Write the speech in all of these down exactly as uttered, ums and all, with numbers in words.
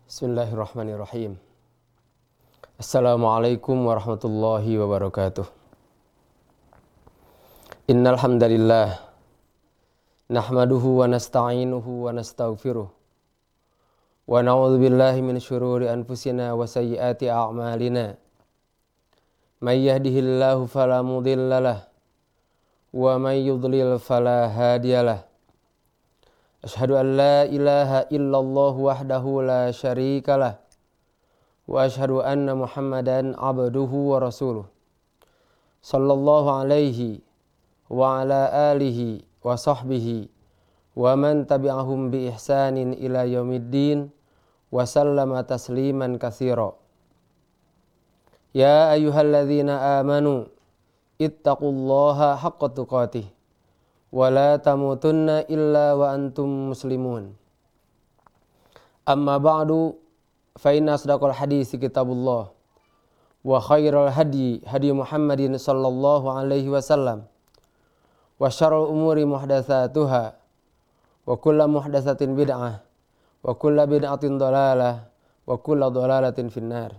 Bismillahirrahmanirrahim. Assalamualaikum warahmatullahi wabarakatuh. Innal hamdalillah nahmaduhu wa nasta'inuhu wa nastaghfiruh wa na'udzu billahi min syururi anfusina wa sayyiati a'malina. May yahdihillahu fala mudhillalah wa may yudlil fala hadiyalah. Ashhadu an la ilaha illallah wahdahu la syarikalah wa ashhadu anna Muhammadan abduhu wa rasuluh sallallahu alaihi wa ala alihi wa sahbihi wa man tabi'ahum bi ihsanin ila yaumiddin wa sallama tasliman katsira. Ya ayyuhalladzina amanu ittaqullaha haqqa tuqatih wa la tamutunna illa wa antum muslimun. Amma ba'du, fa inna asdaqal hadits kitabullah wa khairal hadi hadi Muhammadin sallallahu alaihi wasallam wa syarrul umuri muhdatsatuha wa kullu muhdatsatin bid'ah wa kullu bid'atin dhalalah wa kullu dhalalatin finnar.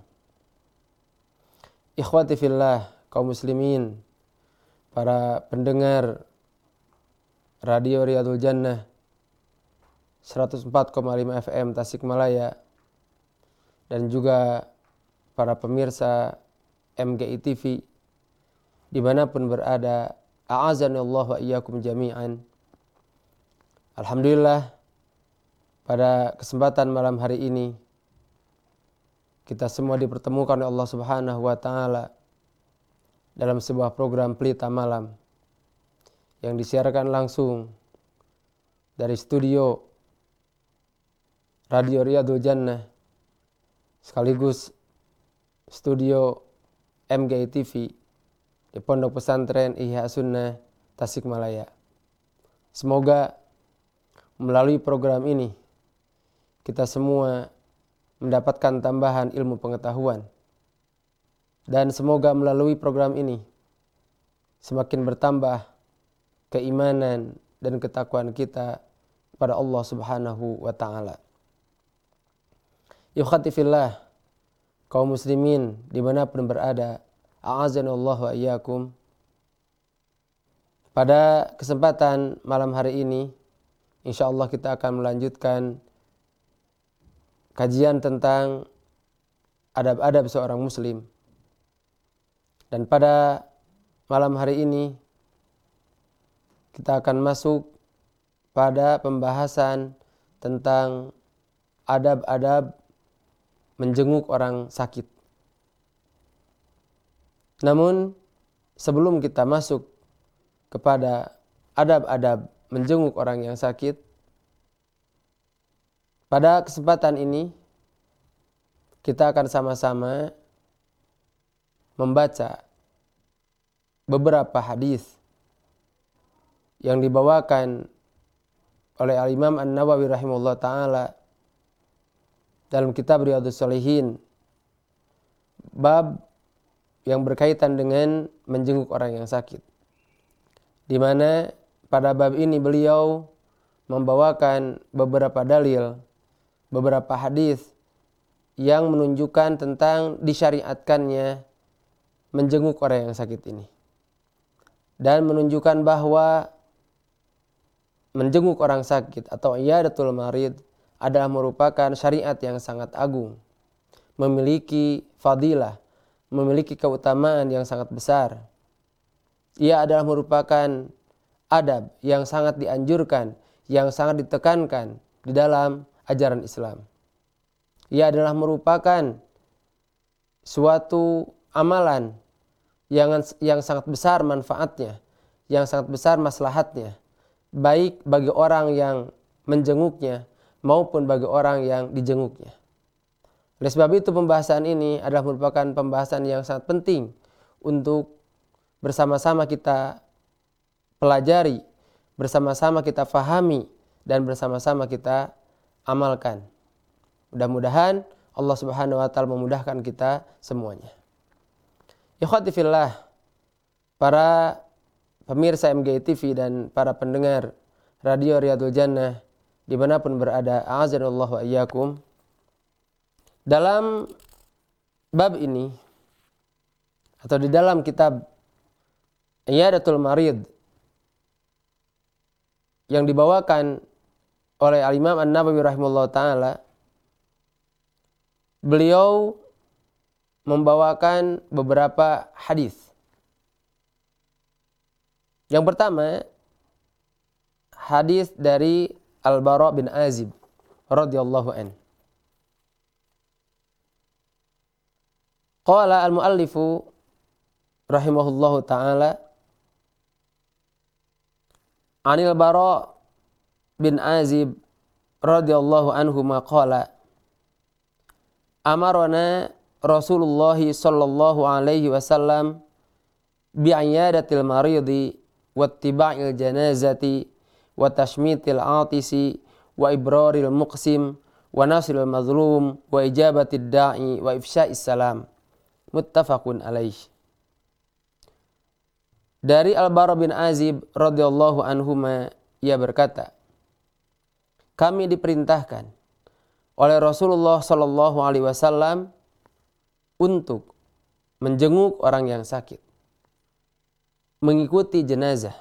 Ikhwati fillah, kaum muslimin, para pendengar Radio Riyadul Jannah seratus empat koma lima F M Tasikmalaya dan juga para pemirsa M G I T V dimanapun berada, a'azanallahu wa iyyakum jami'an. Alhamdulillah, pada kesempatan malam hari ini kita semua dipertemukan oleh Allah Subhanahu wa taala dalam sebuah program Pelita Malam yang disiarkan langsung dari studio Radio Riyadul Jannah sekaligus studio M G I T V di Pondok Pesantren Ihya Sunnah Tasikmalaya. Semoga melalui program ini kita semua mendapatkan tambahan ilmu pengetahuan, dan semoga melalui program ini semakin bertambah keimanan dan ketakwaan kita kepada Allah Subhanahu wa taala. Ikhwati fillah, kaum muslimin dimanapun berada, a'azanallahu wa iyyakum. Pada kesempatan malam hari ini, insyaallah kita akan melanjutkan kajian tentang adab-adab seorang muslim. Dan pada malam hari ini kita akan masuk pada pembahasan tentang adab-adab menjenguk orang sakit. Namun sebelum kita masuk kepada adab-adab menjenguk orang yang sakit, pada kesempatan ini kita akan sama-sama membaca beberapa hadis yang dibawakan oleh Al-Imam An-Nawawi rahimahullah ta'ala dalam kitab Riyadhus Shalihin, bab yang berkaitan dengan menjenguk orang yang sakit, di mana pada bab ini beliau membawakan beberapa dalil, beberapa hadis yang menunjukkan tentang disyariatkannya menjenguk orang yang sakit ini, dan menunjukkan bahwa menjenguk orang sakit atau iyadatul marid adalah merupakan syariat yang sangat agung, memiliki fadilah, memiliki keutamaan yang sangat besar. Ia adalah merupakan adab yang sangat dianjurkan, yang sangat ditekankan di dalam ajaran Islam. Ia adalah merupakan suatu amalan yang, yang sangat besar manfaatnya, yang sangat besar maslahatnya, baik bagi orang yang menjenguknya maupun bagi orang yang dijenguknya. Oleh sebab itu pembahasan ini adalah merupakan pembahasan yang sangat penting untuk bersama-sama kita pelajari, bersama-sama kita fahami, dan bersama-sama kita amalkan. Mudah-mudahan Allah Subhanahu wa taala memudahkan kita semuanya. Ikhwati fillah, para pemirsa M G I T V dan para pendengar Radio Riyadul Jannah dimanapun berada, a'azanallahu wa iyyakum. Dalam bab ini atau di dalam kitab Iyadatul Marid yang dibawakan oleh Al-Imam An-Nawawi rahimahullah ta'ala, beliau membawakan beberapa hadis. Yang pertama, hadis dari Al-Bara bin Azib radhiyallahu an. Qala al-muallifu rahimahullahu ta'ala, Anil Bara bin Azib radhiyallahu anhu maqala, amarana Rasulullah sallallahu alaihi wasallam bi'iyadatil maridi wattiba'il janazati wa tashmitil atisi wa ibraril muqsim wa nasril mazlum wa ijabatid da'i wa ifsya'is salam. Muttafaqun alaih. Dari Al-Bara bin Azib radhiyallahu anhuma, ia berkata, kami diperintahkan oleh Rasulullah sallallahu alaihi wasallam untuk menjenguk orang yang sakit, mengikuti jenazah,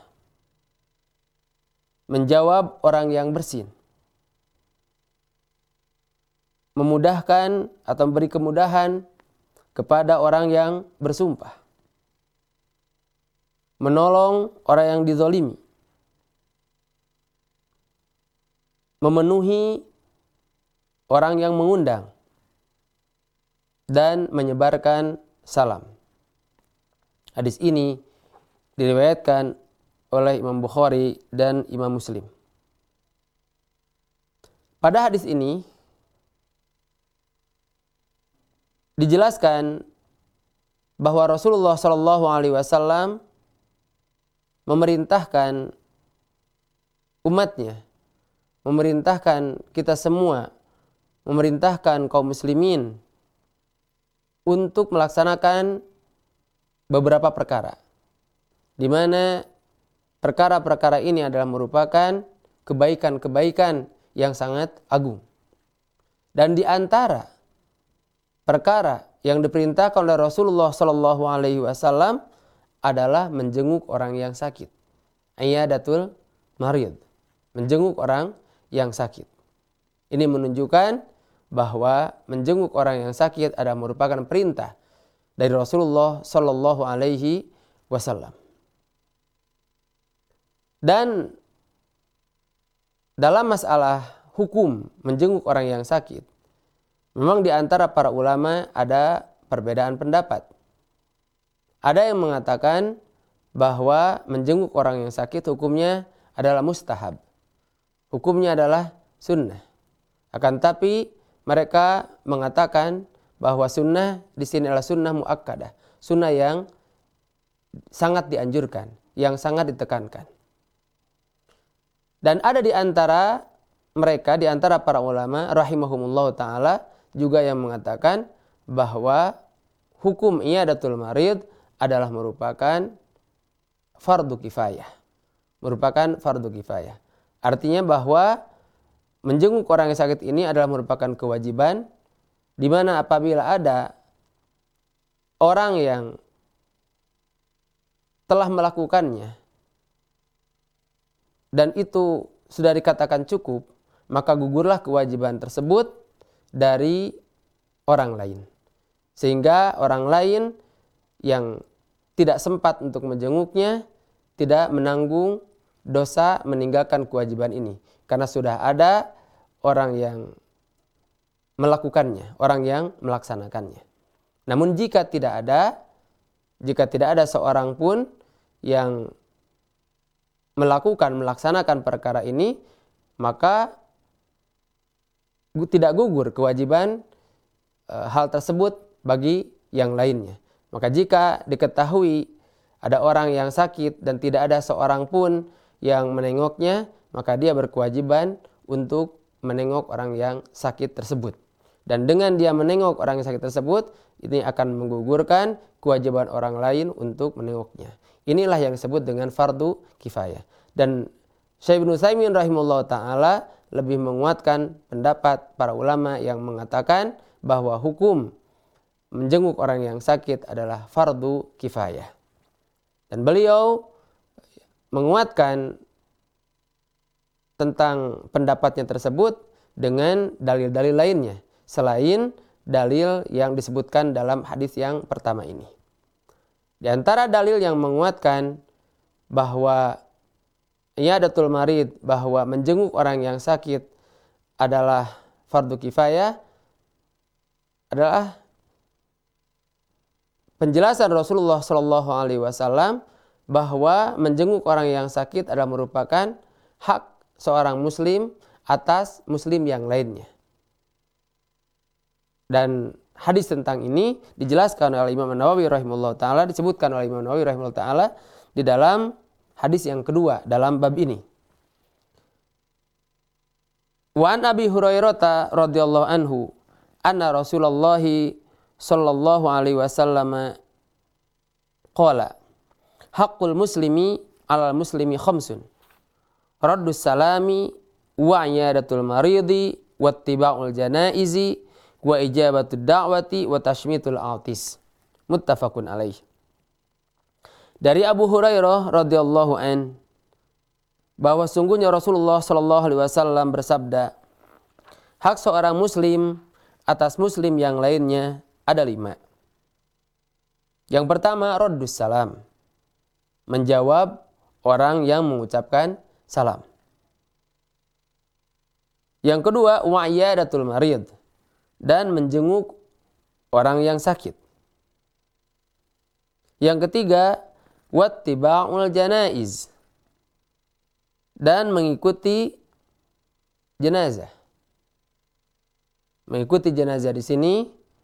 menjawab orang yang bersin, memudahkan atau memberi kemudahan kepada orang yang bersumpah, menolong orang yang dizalimi, memenuhi orang yang mengundang, dan menyebarkan salam. Hadis ini diriwayatkan oleh Imam Bukhari dan Imam Muslim. Pada hadis ini dijelaskan bahwa Rasulullah shallallahu alaihi wasallam memerintahkan umatnya, memerintahkan kita semua, memerintahkan kaum muslimin untuk melaksanakan beberapa perkara, di mana perkara-perkara ini adalah merupakan kebaikan-kebaikan yang sangat agung. Dan di antara perkara yang diperintahkan oleh Rasulullah shallallahu alaihi wasallam adalah menjenguk orang yang sakit. Iyadatul marid, menjenguk orang yang sakit. Ini menunjukkan bahwa menjenguk orang yang sakit adalah merupakan perintah dari Rasulullah shallallahu alaihi wasallam. Dan dalam masalah hukum menjenguk orang yang sakit, memang di antara para ulama ada perbedaan pendapat. Ada yang mengatakan bahwa menjenguk orang yang sakit hukumnya adalah mustahab. Hukumnya adalah sunnah. Akan tapi mereka mengatakan bahwa sunnah di sini adalah sunnah muakkadah, sunnah yang sangat dianjurkan, yang sangat ditekankan. Dan ada di antara mereka, di antara para ulama rahimahumullah ta'ala, juga yang mengatakan bahwa hukum iyadatul marid adalah merupakan fardu kifayah. Merupakan fardu kifayah. Artinya bahwa menjenguk orang yang sakit ini adalah merupakan kewajiban, di mana apabila ada orang yang telah melakukannya dan itu sudah dikatakan cukup, maka gugurlah kewajiban tersebut dari orang lain. Sehingga orang lain yang tidak sempat untuk menjenguknya tidak menanggung dosa meninggalkan kewajiban ini. Karena sudah ada orang yang melakukannya, orang yang melaksanakannya. Namun jika tidak ada, jika tidak ada seorang pun yang melakukan, melaksanakan perkara ini, maka tidak gugur kewajiban e, hal tersebut bagi yang lainnya. Maka jika diketahui ada orang yang sakit dan tidak ada seorang pun yang menengoknya, maka dia berkewajiban untuk menengok orang yang sakit tersebut. Dan dengan dia menengok orang yang sakit tersebut, ini akan menggugurkan kewajiban orang lain untuk menengoknya. Inilah yang disebut dengan fardu kifayah. Dan Syekh Ibnu Utsaimin rahimahullah ta'ala lebih menguatkan pendapat para ulama yang mengatakan bahwa hukum menjenguk orang yang sakit adalah fardu kifayah. Dan beliau menguatkan tentang pendapatnya tersebut dengan dalil-dalil lainnya selain dalil yang disebutkan dalam hadis yang pertama ini. Di antara dalil yang menguatkan bahwa iyadatul marid, bahwa menjenguk orang yang sakit adalah fardu kifayah, adalah penjelasan Rasulullah shallallahu alaihi wasallam bahwa menjenguk orang yang sakit adalah merupakan hak seorang muslim atas muslim yang lainnya. Dan hadis tentang ini dijelaskan oleh Imam Nawawi rahimahullah ta'ala, disebutkan oleh Imam Nawawi rahimahullah ta'ala di dalam hadis yang kedua dalam bab ini. Wa an Abi Hurairah radhiyallahu anhu anna Rasulullah sallallahu alaihi wasallam qala haqqul muslimi 'alal muslimi khamsun raddus salami wa iyadatul maridi wattiba'ul janaizi wa ijabatud da'wati wa tashmitul atis. Muttafaqun alaih. Dari Abu Hurairah radhiyallahu an bahwa sungguhnya Rasulullah sallallahu alaihi wasallam bersabda, hak seorang muslim atas muslim yang lainnya ada lima. Yang pertama, raddus salam, menjawab orang yang mengucapkan salam. Yang kedua, wa'iyadatul marid, dan menjenguk orang yang sakit. Yang ketiga, wattiba'ul janaiz, dan mengikuti jenazah. Mengikuti jenazah di sini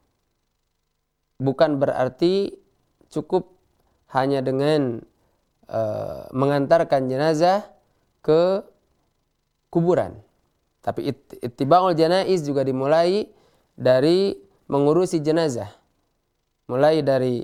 bukan berarti cukup hanya dengan uh, mengantarkan jenazah ke kuburan. Tapi ittiba'ul janaiz juga dimulai dari mengurusi jenazah. Mulai dari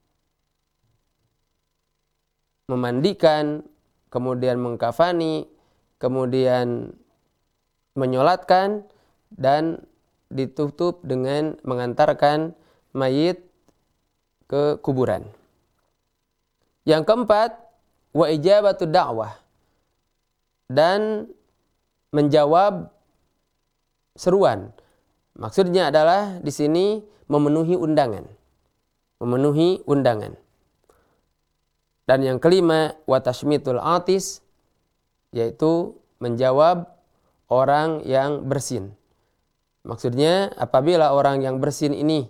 memandikan, kemudian mengkafani, kemudian menyolatkan, dan ditutup dengan mengantarkan mayit ke kuburan. Yang keempat, wa ijabatud da'wah, dan menjawab seruan. Maksudnya adalah di sini memenuhi undangan. Memenuhi undangan. Dan yang kelima, wa tashmitul atis, yaitu menjawab orang yang bersin. Maksudnya apabila orang yang bersin ini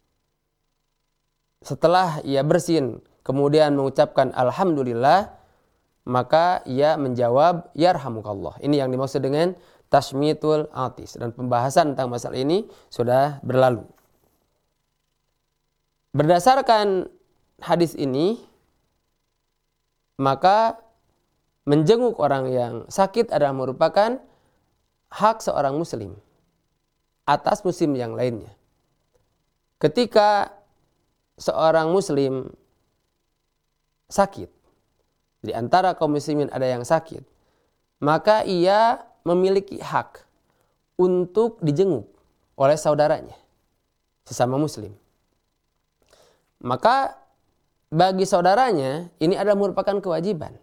setelah ia bersin kemudian mengucapkan alhamdulillah, maka ia menjawab yarhamukallah. Ini yang dimaksud dengan tashmitul atis, dan pembahasan tentang masalah ini sudah berlalu. Berdasarkan hadis ini, maka menjenguk orang yang sakit adalah merupakan hak seorang muslim atas muslim yang lainnya. Ketika seorang muslim sakit, di antara kaum muslimin ada yang sakit, maka ia memiliki hak untuk dijenguk oleh saudaranya, sesama muslim. Maka bagi saudaranya ini adalah merupakan kewajiban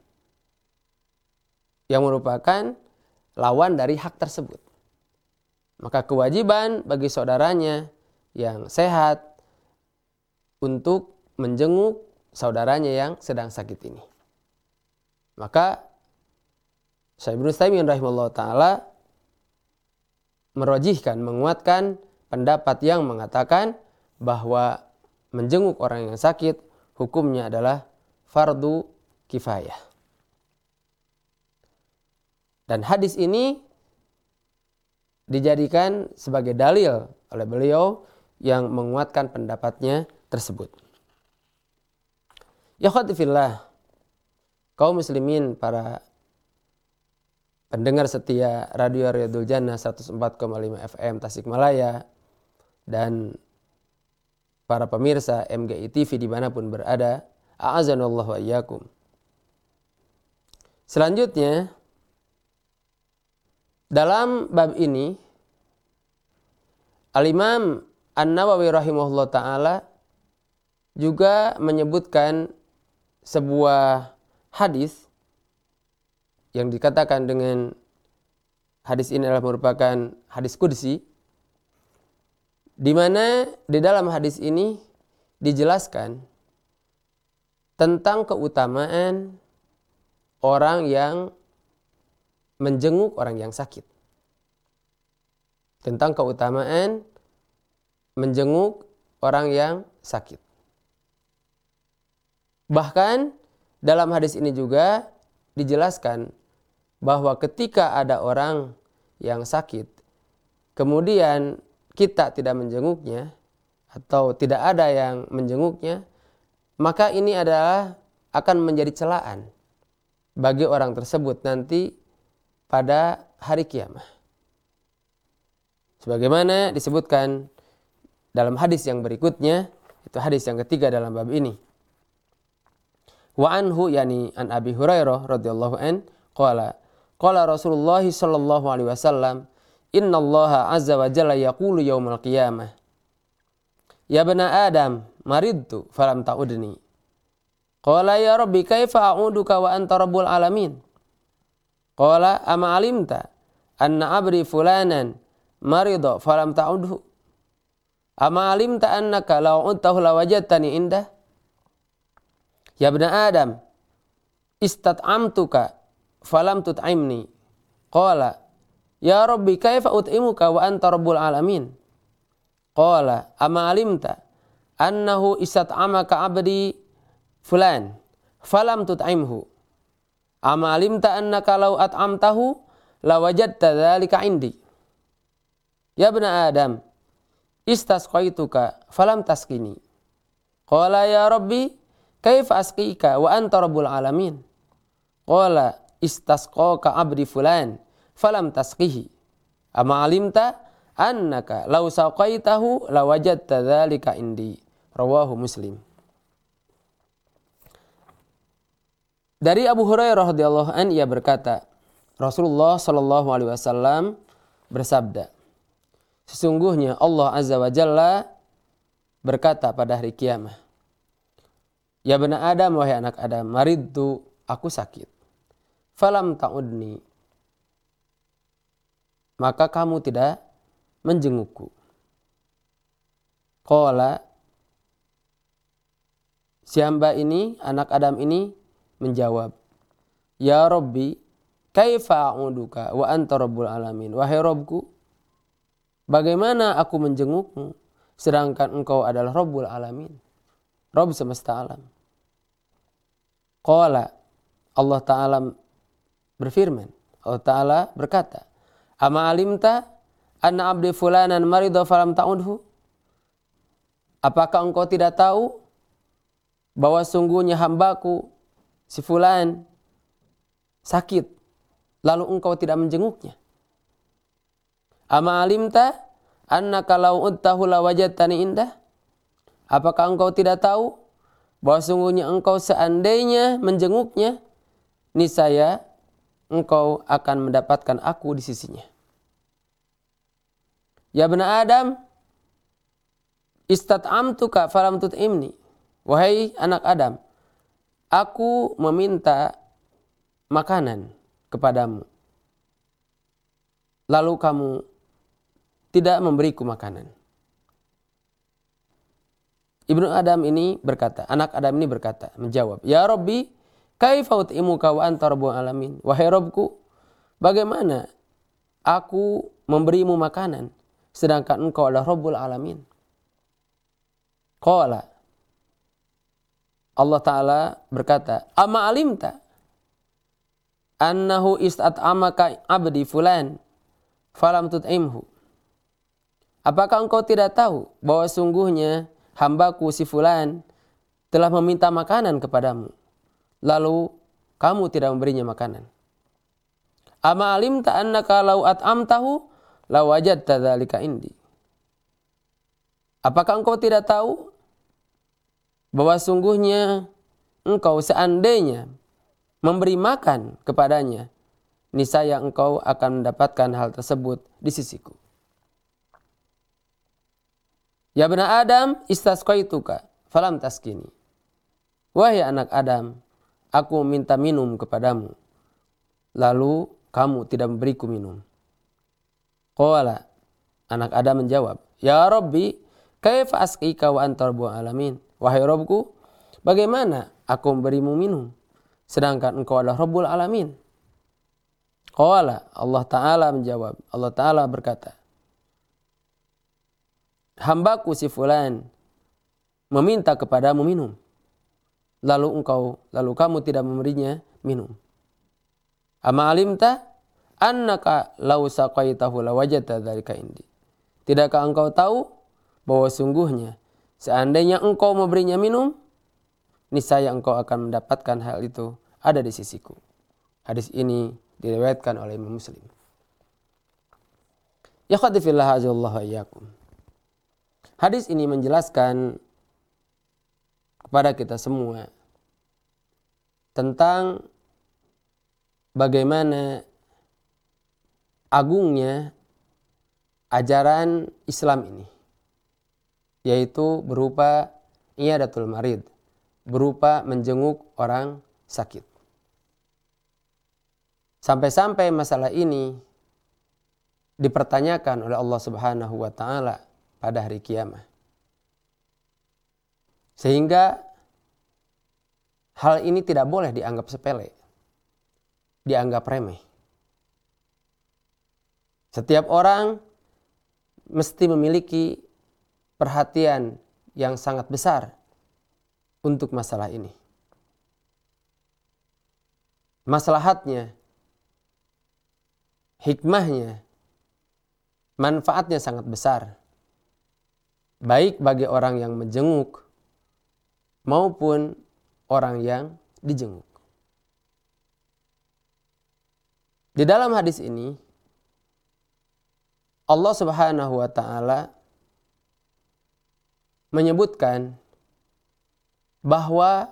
yang merupakan lawan dari hak tersebut. Maka kewajiban bagi saudaranya yang sehat untuk menjenguk saudaranya yang sedang sakit ini. Maka Syekh Ibnu Utsaimin rahimahullah ta'ala merojihkan, menguatkan pendapat yang mengatakan bahwa menjenguk orang yang sakit hukumnya adalah fardu kifayah. Dan hadis ini dijadikan sebagai dalil oleh beliau yang menguatkan pendapatnya tersebut. Ya khatifillah, kaum muslimin, para pendengar setia Radio Riyadul Jannah seratus empat koma lima F M Tasikmalaya, dan para pemirsa M G I T V dimanapun berada, a'azanallahu wa iyyakum. Selanjutnya, Dalam bab ini Al-Imam An-Nawawi rahimahullah ta'ala juga menyebutkan sebuah hadis yang dikatakan dengan hadis ini adalah merupakan hadis qudsi, di mana di dalam hadis ini dijelaskan tentang keutamaan orang yang menjenguk orang yang sakit. Tentang keutamaan menjenguk orang yang sakit. Bahkan dalam hadis ini juga dijelaskan bahwa ketika ada orang yang sakit, kemudian kita tidak menjenguknya atau tidak ada yang menjenguknya, maka ini adalah akan menjadi celaan bagi orang tersebut nanti pada hari kiamat. Sebagaimana disebutkan dalam hadis yang berikutnya, itu hadis yang ketiga dalam bab ini. Wa anhu yani an Abi Hurairah radhiyallahu an qala qala Rasulullah sallallahu alaihi wasallam innallaha azza wa jalla yaqulu yaumal qiyamah ya bana adam maridtu falam ta'udni qala ya rabbi kaifa a'uduka wa anta rabbul alamin qala ama alimta anna abri fulanan marida falam ta'udhu ama alimta annaka law udtahu lawajadtani indah ya ibna adam istat'amtuka falam tut'imni qala ya rabbi kaifa ut'imuka wa anta rabbul alamin qala ama alimta annahu istat'amaka abdi fulan falam tut'imhu ama alimta annaka law at'amtahu lawajadta dzalika indi ya ibna adam istasqaituka falam tasqini qala ya rabbi kaifa asqika wa anta rabbul alamin qala istasqaka abdi fulan falam tasqihi ama alimta annaka law saqaitahu lawajadta dzalika indi rawahu Muslim. Dari Abu Hurairah radhiyallahu an ia berkata, Rasulullah sallallahu alaihi wasallam bersabda, sesungguhnya Allah azza wa jalla berkata pada hari kiamat, ya bani Adam, wahai anak Adam, maridtu, aku sakit. Falam ta'udni, maka kamu tidak menjengukku. Qala, si hamba ini, anak Adam ini menjawab, ya Rabbi, kaifa a'uduka wa anta rabbul alamin. Wahai Rabbku, bagaimana aku menjengukmu sedangkan engkau adalah Rabbul alamin, Rabb semesta alam. Qala, Allah Ta'ala berfirman, Allah Ta'ala berkata, ama alimta anna abdi fulanan maridu falam ta'udhu, apakah engkau tidak tahu bahwa sungguhnya hambaku si fulan sakit lalu engkau tidak menjenguknya? Ama alimta annaka law udtahu lawajadtani indah, apakah engkau tidak tahu bahwa sungguhnya engkau seandainya menjenguknya, niscaya engkau akan mendapatkan aku di sisinya. Ya bani Adam, istat'amtuka falam tut'imni. Wahai anak Adam, aku meminta makanan kepadamu, lalu kamu tidak memberiku makanan. Ibnu Adam ini berkata, anak Adam ini berkata, menjawab, ya Rabbi, kaifa ut'imuka wa anta rabbul alamin. Wahai Rabbku, bagaimana aku memberimu makanan sedangkan engkau adalah Rabbul alamin? Qala, Allah Ta'ala berkata, ama alimta annahu istat'amaka abdi fulan falam tut'imhu. Apakah engkau tidak tahu bahwa sungguhnya hambaku si fulan telah meminta makanan kepadamu, lalu kamu tidak memberinya makanan? Ama alimta annaka law at'amtahu lawajadta dzalika indi. Apakah engkau tidak tahu bahwa sungguhnya engkau seandainya memberi makan kepadanya, niscaya engkau akan mendapatkan hal tersebut di sisiku. Ya bena Adam, istasqaituka falam taskini. Wahai anak Adam, aku minta minum kepadamu, lalu kamu tidak memberiku minum. Qala, anak Adam menjawab, ya Rabbi, kaifa asqika wa anta rabbul alamin. Wahai Rabbku, bagaimana aku memberimu minum sedangkan engkau adalah Rabbul alamin? Qala, Allah Ta'ala menjawab, Allah Ta'ala berkata, hambaku si fulan meminta kepadamu minum, lalu engkau lalu kamu tidak memberinya minum. Ama alimta annaka law saqaitahu lawajata dzalika indi. Tidakkah engkau tahu bahwa sungguhnya seandainya engkau memberinya minum, niscaya engkau akan mendapatkan hal itu ada di sisiku. Hadis ini diriwayatkan oleh Imam Muslim. Ya khadifillah azallahu iyyakum. Hadis ini menjelaskan kepada kita semua tentang bagaimana agungnya ajaran Islam ini, yaitu berupa iyadatul marid, berupa menjenguk orang sakit. Sampai-sampai masalah ini dipertanyakan oleh Allah Subhanahu wa taala pada hari kiamat. Sehingga hal ini tidak boleh dianggap sepele, dianggap remeh. Setiap orang mesti memiliki perhatian yang sangat besar untuk masalah ini. Maslahatnya, hikmahnya, manfaatnya sangat besar. Baik bagi orang yang menjenguk maupun orang yang dijenguk. Di dalam hadis ini Allah Subhanahu wa taala menyebutkan bahwa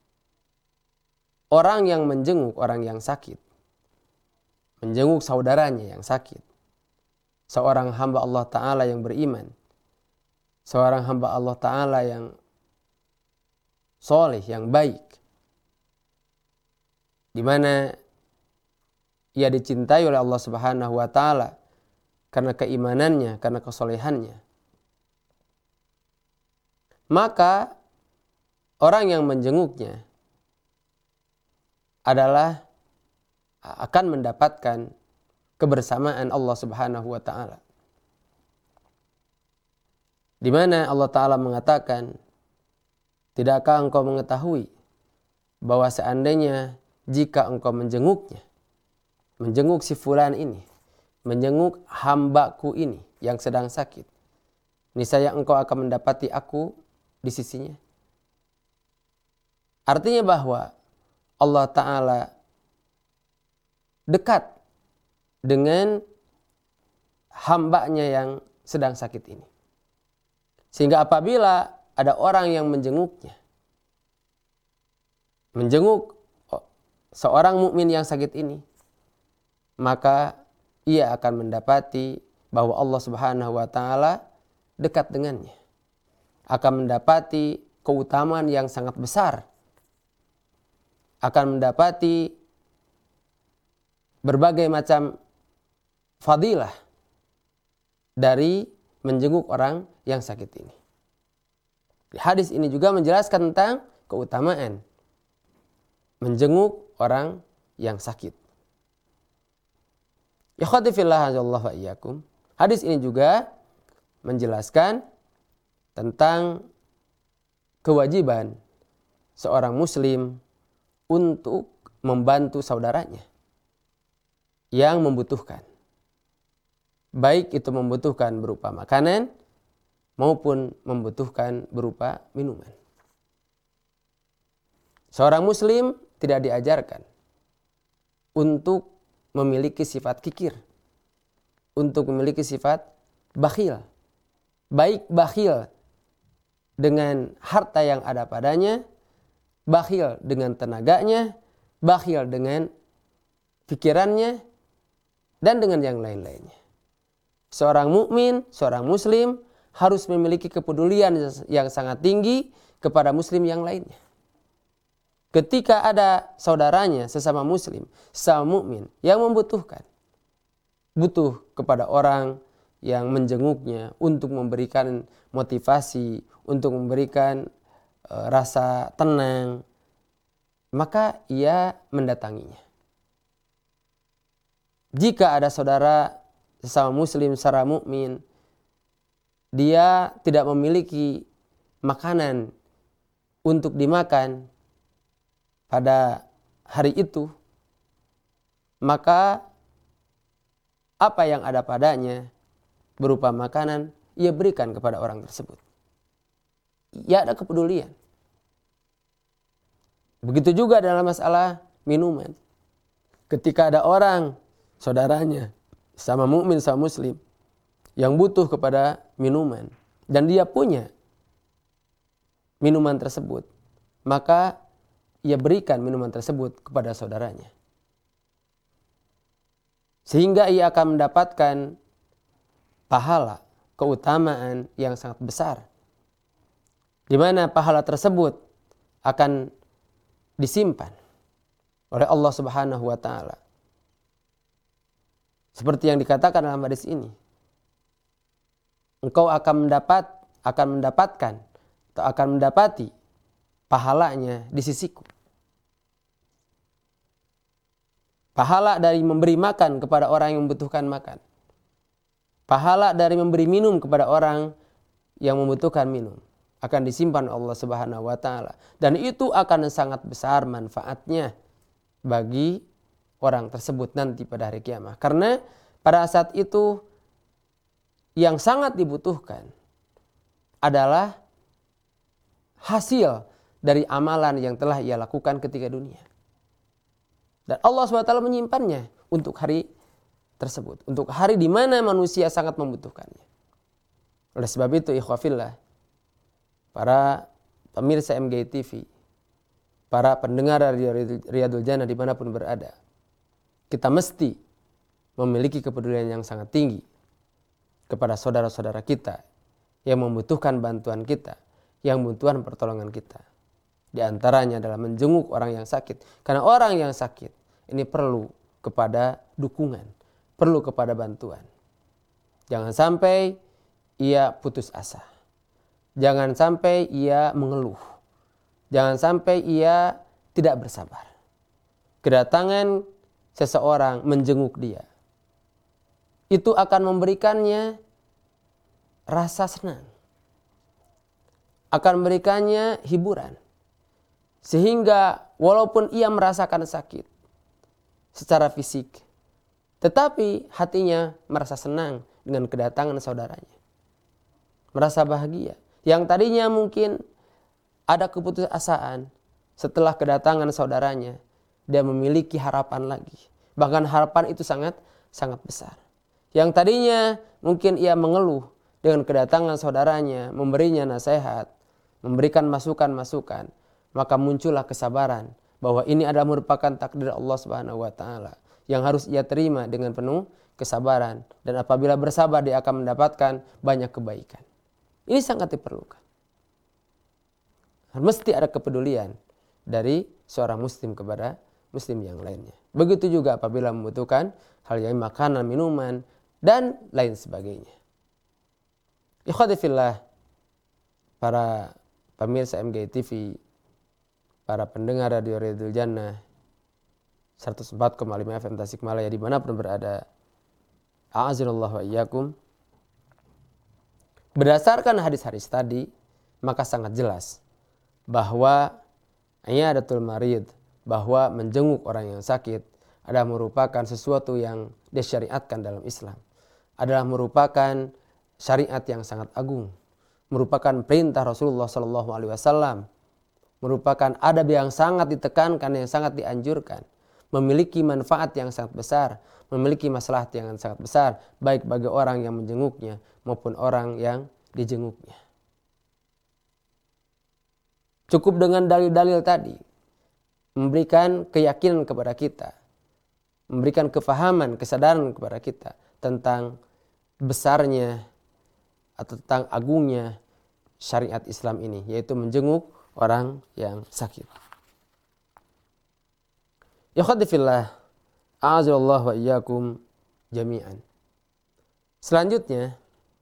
orang yang menjenguk orang yang sakit, menjenguk saudaranya yang sakit, seorang hamba Allah Ta'ala yang beriman, seorang hamba Allah Ta'ala yang soleh, yang baik, di mana ia dicintai oleh Allah Subhanahu wa taala karena keimanannya, karena kesolehannya. Maka orang yang menjenguknya adalah akan mendapatkan kebersamaan Allah Subhanahu wa taala. Di mana Allah Ta'ala mengatakan, tidakkah engkau mengetahui bahwa seandainya jika engkau menjenguknya, menjenguk si fulan ini, menjenguk hambaku ini yang sedang sakit, niscaya engkau akan mendapati aku di sisinya. Artinya bahwa Allah Ta'ala dekat dengan hambanya yang sedang sakit ini. Sehingga apabila ada orang yang menjenguknya, menjenguk seorang mukmin yang sakit ini, maka ia akan mendapati bahwa Allah Subhanahu wa taala dekat dengannya. Akan mendapati keutamaan yang sangat besar. Akan mendapati berbagai macam fadilah dari menjenguk orang yang sakit ini. Hadis ini juga menjelaskan tentang keutamaan menjenguk orang yang sakit. Ya khadifillah azallahu wa iyyakum. Hadis ini juga menjelaskan tentang kewajiban seorang muslim untuk membantu saudaranya yang membutuhkan. Baik itu membutuhkan berupa makanan maupun membutuhkan berupa minuman. Seorang muslim tidak diajarkan untuk memiliki sifat kikir, untuk memiliki sifat bakhil. Baik bakhil dengan harta yang ada padanya, bakhil dengan tenaganya, bakhil dengan pikirannya, dan dengan yang lain-lainnya. Seorang mukmin, seorang muslim harus memiliki kepedulian yang sangat tinggi kepada muslim yang lainnya. Ketika ada saudaranya sesama muslim, sesama mukmin yang membutuhkan, butuh kepada orang yang menjenguknya untuk memberikan motivasi, untuk memberikan e, rasa tenang, maka ia mendatanginya. Jika ada saudara sesama muslim, secara mukmin, dia tidak memiliki makanan untuk dimakan pada hari itu, maka apa yang ada padanya berupa makanan, ia berikan kepada orang tersebut. Ya, ada kepedulian. Begitu juga dalam masalah minuman. Ketika ada orang, saudaranya, sama mukmin, sama muslim, yang butuh kepada minuman, dan dia punya minuman tersebut, maka ia berikan minuman tersebut kepada saudaranya. Sehingga ia akan mendapatkan pahala, keutamaan yang sangat besar. Di mana pahala tersebut akan disimpan oleh Allah Subhanahu wa taala. Seperti yang dikatakan dalam hadis ini. Engkau akan mendapat akan mendapatkan atau akan mendapati pahalanya di sisiku. Pahala dari memberi makan kepada orang yang membutuhkan makan. Pahala dari memberi minum kepada orang yang membutuhkan minum akan disimpan Allah Subhanahu wa taala, dan itu akan sangat besar manfaatnya bagi orang tersebut nanti pada hari kiamat. Karena pada saat itu yang sangat dibutuhkan adalah hasil dari amalan yang telah ia lakukan ketika dunia. Dan Allah subhanahu wa taala menyimpannya untuk hari tersebut, untuk hari di mana manusia sangat membutuhkannya. Oleh sebab itu, ikhwafillah, para pemirsa M G I T V, para pendengar radio Riyadul Jannah dimanapun berada, kita mesti memiliki kepedulian yang sangat tinggi kepada saudara-saudara kita yang membutuhkan bantuan kita, yang membutuhkan pertolongan kita. Di antaranya adalah menjenguk orang yang sakit. Karena orang yang sakit ini perlu kepada dukungan, perlu kepada bantuan. Jangan sampai ia putus asa. Jangan sampai ia mengeluh. Jangan sampai ia tidak bersabar. Kedatangan seseorang menjenguk dia, itu akan memberikannya rasa senang, akan memberikannya hiburan. Sehingga walaupun ia merasakan sakit secara fisik, tetapi hatinya merasa senang dengan kedatangan saudaranya. Merasa bahagia. Yang tadinya mungkin ada keputusasaan, setelah kedatangan saudaranya, dia memiliki harapan lagi. Bahkan harapan itu sangat sangat besar. Yang tadinya mungkin ia mengeluh, dengan kedatangan saudaranya, memberinya nasihat, memberikan masukan-masukan, maka muncullah kesabaran bahwa ini adalah merupakan takdir Allah Subhanahu wa taala yang harus ia terima dengan penuh kesabaran, dan apabila bersabar dia akan mendapatkan banyak kebaikan. Ini sangat diperlukan. Mesti ada kepedulian dari seorang muslim kepada muslim yang lainnya. Begitu juga apabila membutuhkan hal yang makanan, minuman, dan lain sebagainya. Ikhwati fillah, para pemirsa M G I T V, para pendengar radio Riyadul Jannah seratus empat koma lima F M Tasikmalaya dimanapun berada, a'azinallahu wa iyyakum. Berdasarkan hadis-hadis tadi, maka sangat jelas bahwa iyadatul marid, bahwa menjenguk orang yang sakit adalah merupakan sesuatu yang disyariatkan dalam Islam, adalah merupakan syariat yang sangat agung, merupakan perintah Rasulullah shallallahu alaihi wasallam, merupakan adab yang sangat ditekankan, yang sangat dianjurkan, memiliki manfaat yang sangat besar, memiliki maslahat yang sangat besar, baik bagi orang yang menjenguknya maupun orang yang dijenguknya. Cukup dengan dalil-dalil tadi memberikan keyakinan kepada kita memberikan kefahaman, kesadaran kepada kita tentang besarnya atau tentang agungnya syariat Islam ini, yaitu menjenguk orang yang sakit. Ya khadifillah, a'azallah wa iyyakum jami'an. Selanjutnya,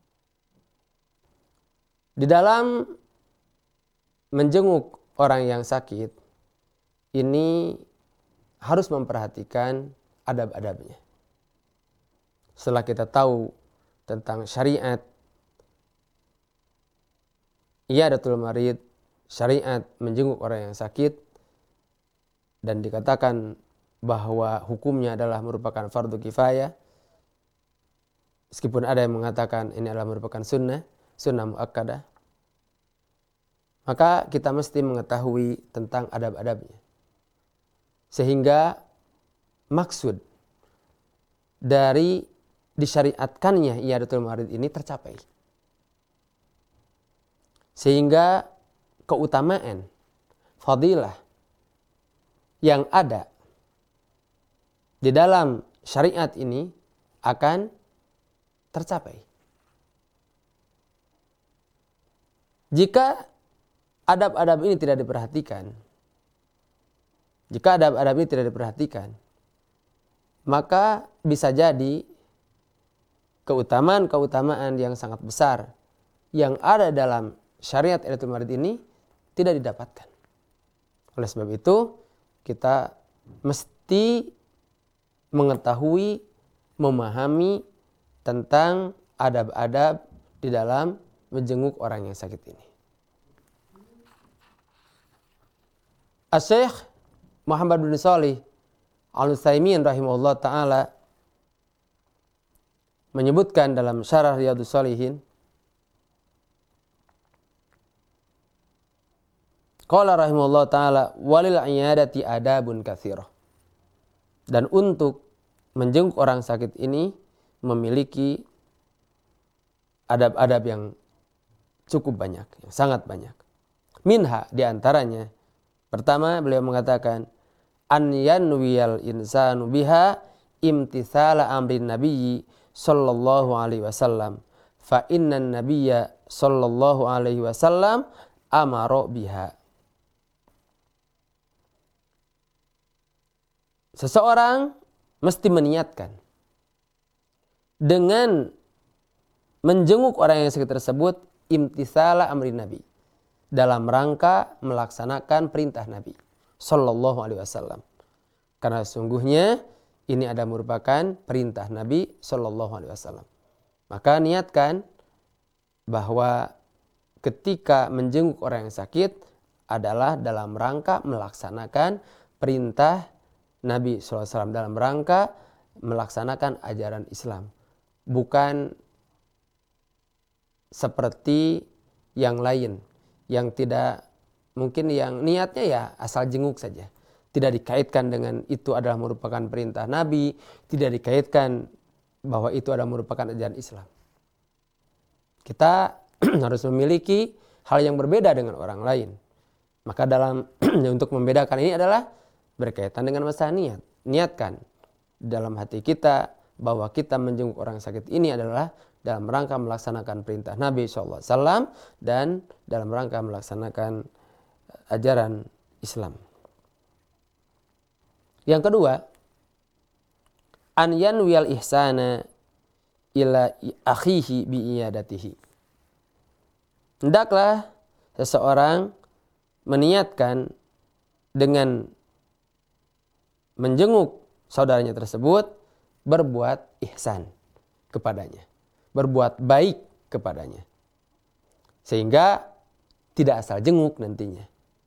di dalam menjenguk orang yang sakit, ini harus memperhatikan adab-adabnya. Setelah kita tahu tentang syariat, iyadatul marid, syariat menjenguk orang yang sakit, dan dikatakan bahwa hukumnya adalah merupakan fardu kifayah, meskipun ada yang mengatakan ini adalah merupakan sunnah, sunnah muakkadah, maka kita mesti mengetahui tentang adab-adabnya. Sehingga maksud dari disyariatkannya iyadatul marid ini tercapai. Sehingga keutamaan, fadilah yang ada di dalam syariat ini akan tercapai. Jika adab-adab ini tidak diperhatikan, jika adab-adab ini tidak diperhatikan, maka bisa jadi keutamaan-keutamaan yang sangat besar yang ada dalam syariat iyadatul marid ini tidak didapatkan. Oleh sebab itu, kita mesti mengetahui, memahami tentang adab-adab di dalam menjenguk orang yang sakit ini. Asy-Syaikh Muhammad bin Shalih Al-Utsaimin rahimahullah ta'ala menyebutkan dalam syarah Riyadhus Shalihin, qala rahimahullah ta'ala walil iyadati adabun katsirah. Dan untuk menjenguk orang sakit ini memiliki adab-adab yang cukup banyak, yang sangat banyak. Minha, diantaranya, pertama beliau mengatakan an yanwiyal insanu biha imtithala amrin nabiyyi sallallahu alaihi wasallam fa innan nabiyya sallallahu alaihi wasallam amara biha. Seseorang mesti meniatkan dengan menjenguk orang yang sakit tersebut imtithala amrin nabi, dalam rangka melaksanakan perintah Nabi sallallahu alaihi wasallam. Karena sesungguhnya ini ada merupakan perintah Nabi sallallahu alaihi wasallam. Maka niatkan bahwa ketika menjenguk orang yang sakit adalah dalam rangka melaksanakan perintah Nabi sallallahu alaihi wasallam, dalam rangka melaksanakan ajaran Islam. Bukan seperti yang lain yang tidak, mungkin yang niatnya ya asal jenguk saja, tidak dikaitkan dengan itu adalah merupakan perintah Nabi, tidak dikaitkan bahwa itu adalah merupakan ajaran Islam. Kita harus memiliki hal yang berbeda dengan orang lain. Maka dalam untuk membedakan ini adalah berkaitan dengan masalah niat. Niatkan dalam hati kita bahwa kita menjenguk orang sakit ini adalah dalam rangka melaksanakan perintah Nabi shallallahu alaihi wasallam dan dalam rangka melaksanakan ajaran Islam. Yang kedua, an yanwiyal ihsana ila akhihi bi iyadatihi. Hendaklah seseorang meniatkan dengan menjenguk saudaranya tersebut berbuat ihsan kepadanya, berbuat baik kepadanya, sehingga tidak asal jenguk nantinya.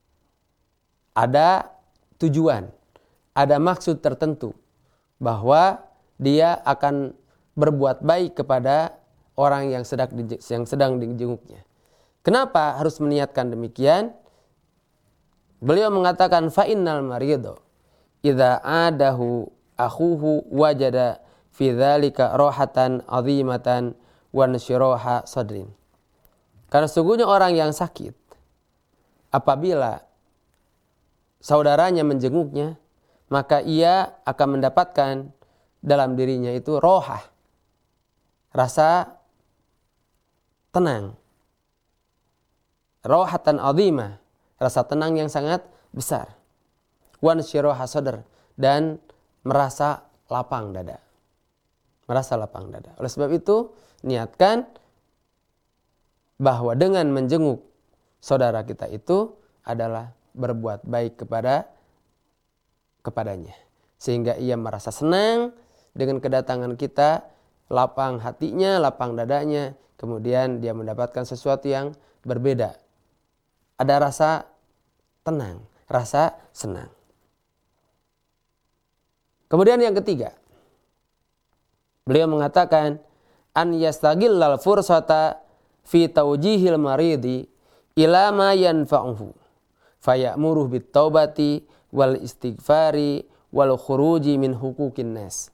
Ada tujuan, ada maksud tertentu bahwa dia akan berbuat baik kepada orang yang sedang yang sedang dijenguknya. Kenapa harus meniatkan demikian? Beliau mengatakan fa innal marido idza adahu akhuhu wajada fi dzalika rohatan azimatan wa nsyiraha sadrin. Karena sesungguhnya orang yang sakit apabila saudaranya menjenguknya, maka ia akan mendapatkan dalam dirinya itu rohah, rasa tenang. Rohatan azimah, rasa tenang yang sangat besar. Wan syiraha sadr, dan merasa lapang dada. Merasa lapang dada. Oleh sebab itu, niatkan bahwa dengan menjenguk saudara kita itu adalah berbuat baik kepada kepadanya. Sehingga ia merasa senang dengan kedatangan kita, lapang hatinya, lapang dadanya, kemudian dia mendapatkan sesuatu yang berbeda. Ada rasa tenang, rasa senang. Kemudian yang ketiga, beliau mengatakan an yastagillal fursata fi tawjihil maridi ila ma yanfa'uhu faya'muruh bit taubati wal istighfari wal khuruji min huquqin nas.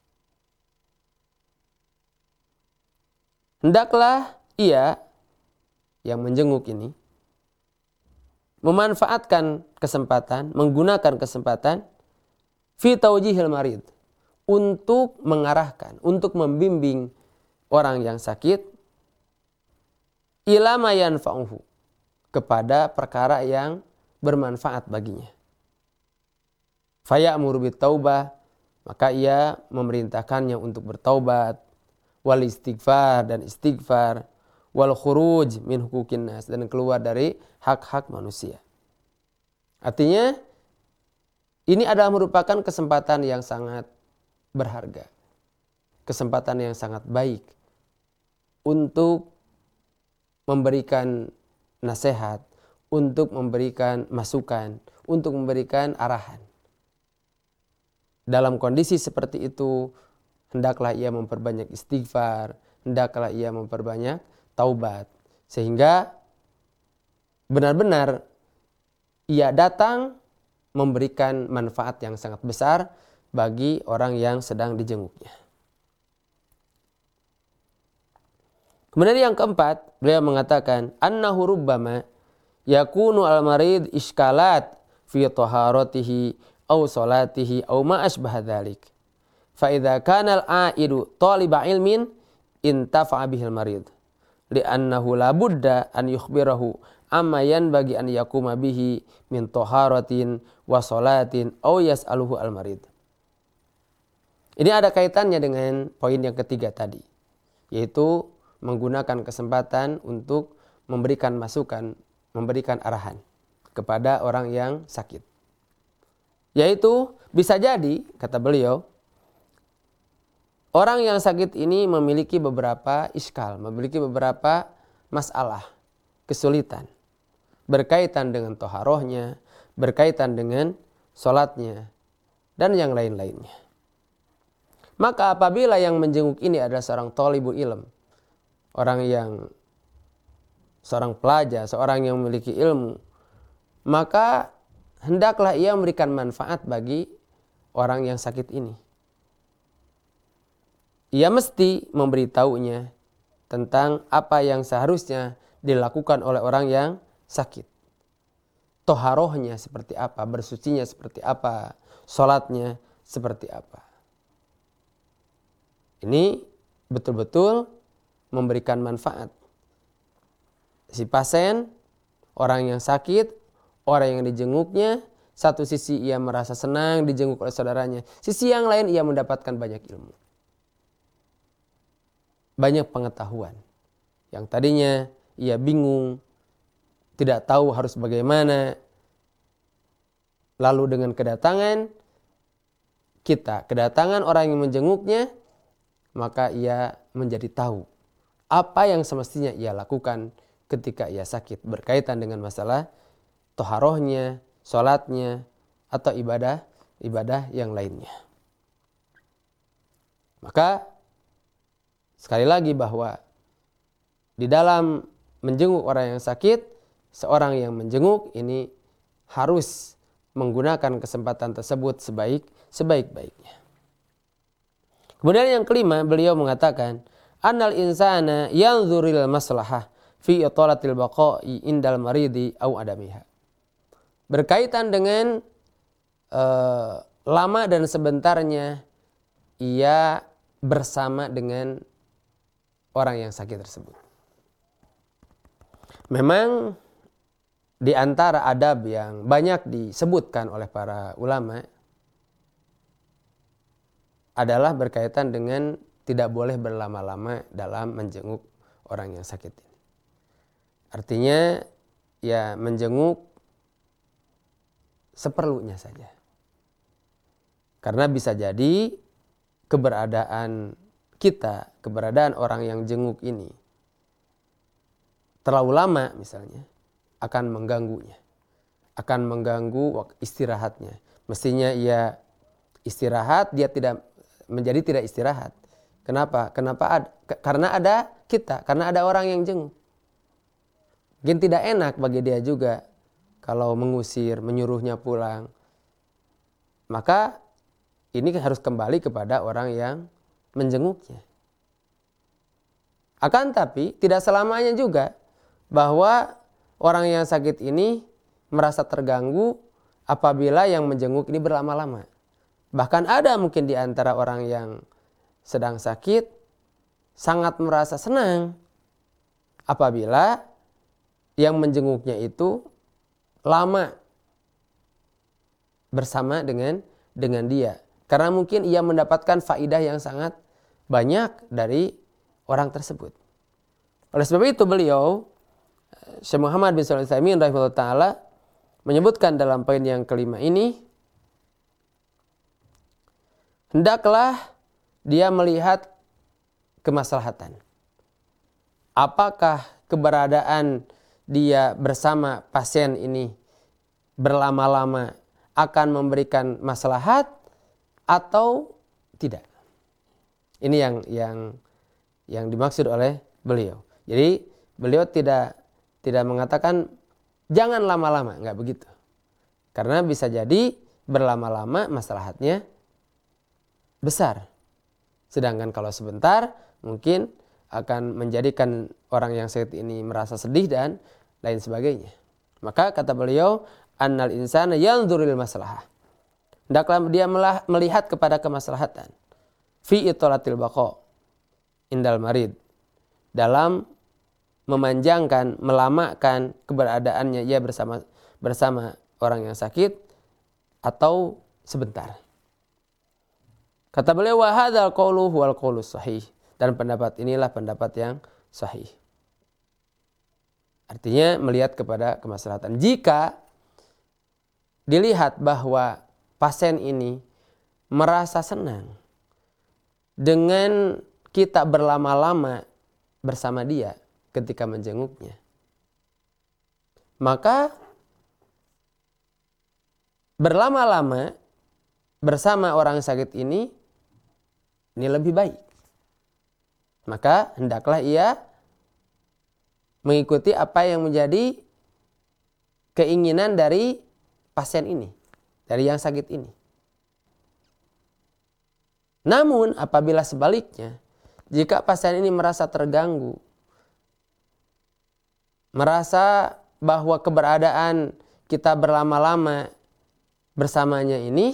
Hendaklah ia yang menjenguk ini memanfaatkan kesempatan, menggunakan kesempatan fi tawjihil marid, untuk mengarahkan, untuk membimbing orang yang sakit ila ma yanfa'uhu, kepada perkara yang bermanfaat baginya. Faya'muru bit taubah, maka ia memerintahkannya untuk bertaubat, wal istighfar, dan istighfar, wal khuruj min huquqin nas, dan keluar dari hak-hak manusia. Artinya ini adalah merupakan kesempatan yang sangat berharga, kesempatan yang sangat baik untuk memberikan nasihat, untuk memberikan masukan, untuk memberikan arahan. Dalam kondisi seperti itu, hendaklah ia memperbanyak istighfar, hendaklah ia memperbanyak taubat, sehingga benar-benar ia datang memberikan manfaat yang sangat besar bagi orang yang sedang dijenguknya. Kemudian yang keempat, beliau mengatakan annahu rubbama yakunu al-marid iskalat fi taharatihi aw salatihi aw ma asbah dzalik. Fa idza kana al-aidu taliba ilmin intafa'a bihil marid li'annahu la budda an yukhbirahu amma yanbaghi an yakuma bihi min taharatin wa salatin aw yas'aluhu al-marid. Ini ada kaitannya dengan poin yang ketiga tadi, yaitu menggunakan kesempatan untuk memberikan masukan, memberikan arahan kepada orang yang sakit. Yaitu bisa jadi, kata beliau, orang yang sakit ini memiliki beberapa iskal, memiliki beberapa masalah, kesulitan, berkaitan dengan toharohnya, berkaitan dengan sholatnya, dan yang lain-lainnya. Maka apabila yang menjenguk ini adalah seorang thalibul ilm, orang yang, seorang pelajar, seorang yang memiliki ilmu, maka hendaklah ia memberikan manfaat bagi orang yang sakit ini. Ia mesti memberitahunya tentang apa yang seharusnya dilakukan oleh orang yang sakit. Toharohnya seperti apa, bersucinya seperti apa, sholatnya seperti apa. Ini betul-betul memberikan manfaat. Si pasien, orang yang sakit, orang yang dijenguknya, satu sisi ia merasa senang dijenguk oleh saudaranya, sisi yang lain ia mendapatkan banyak ilmu, banyak pengetahuan. Yang tadinya ia bingung, tidak tahu harus bagaimana, lalu dengan kedatangan kita, kedatangan orang yang menjenguknya, maka ia menjadi tahu apa yang semestinya ia lakukan ketika ia sakit, berkaitan dengan masalah toharohnya, sholatnya, atau ibadah-ibadah yang lainnya. Maka sekali lagi bahwa di dalam menjenguk orang yang sakit, seorang yang menjenguk ini harus menggunakan kesempatan tersebut sebaik sebaik-baiknya. Kemudian yang kelima, beliau mengatakan annal insana yanzuril maslahah fi italatil baqa'i indal maridi au adamiha. Berkaitan dengan uh, lama dan sebentarnya ia bersama dengan orang yang sakit tersebut. Memang di antara adab yang banyak disebutkan oleh para ulama adalah berkaitan dengan tidak boleh berlama-lama dalam menjenguk orang yang sakit ini. Artinya ya menjenguk seperlunya saja. Karena bisa jadi keberadaan kita, keberadaan orang yang jenguk ini terlalu lama misalnya akan mengganggunya. Akan mengganggu istirahatnya. Mestinya ia istirahat, dia tidak menjadi tidak istirahat. Kenapa? Kenapa ada? Karena ada kita, karena ada orang yang jenguk. Mungkin tidak enak bagi dia juga kalau mengusir, menyuruhnya pulang. Maka ini harus kembali kepada orang yang menjenguknya. Akan tapi tidak selamanya juga bahwa orang yang sakit ini merasa terganggu apabila yang menjenguk ini berlama-lama. Bahkan ada mungkin di antara orang yang sedang sakit sangat merasa senang apabila yang menjenguknya itu lama bersama dengan dengan dia. Karena mungkin ia mendapatkan faidah yang sangat banyak dari orang tersebut. Oleh sebab itu beliau, Syekh Muhammad bin Shalih Al-Utsaimin rahimahullah ta'ala menyebutkan dalam poin yang kelima ini, hendaklah dia melihat kemaslahatan. Apakah keberadaan dia bersama pasien ini berlama-lama akan memberikan maslahat atau tidak. Ini yang yang yang dimaksud oleh beliau. Jadi beliau tidak tidak mengatakan jangan lama-lama, enggak begitu. Karena bisa jadi berlama-lama maslahatnya besar. Sedangkan kalau sebentar mungkin akan menjadikan orang yang sakit ini merasa sedih dan lain sebagainya. Maka kata beliau, annal insana yanzuril maslahah. Hendaklah dia melihat kepada kemaslahatan fi itolatil baqa indal marid, dalam memanjangkan, melamakan keberadaannya ia bersama bersama orang yang sakit atau sebentar. Kata beliau, wa hadzal qaulu huwal qaulus sahih, dan pendapat inilah pendapat yang sahih. Artinya melihat kepada kemaslahatan. Jika dilihat bahwa pasien ini merasa senang dengan kita berlama-lama bersama dia ketika menjenguknya, maka berlama-lama bersama orang sakit ini ini lebih baik. Maka hendaklah ia mengikuti apa yang menjadi keinginan dari pasien ini, dari yang sakit ini. Namun apabila sebaliknya, jika pasien ini merasa terganggu, merasa bahwa keberadaan kita berlama-lama bersamanya ini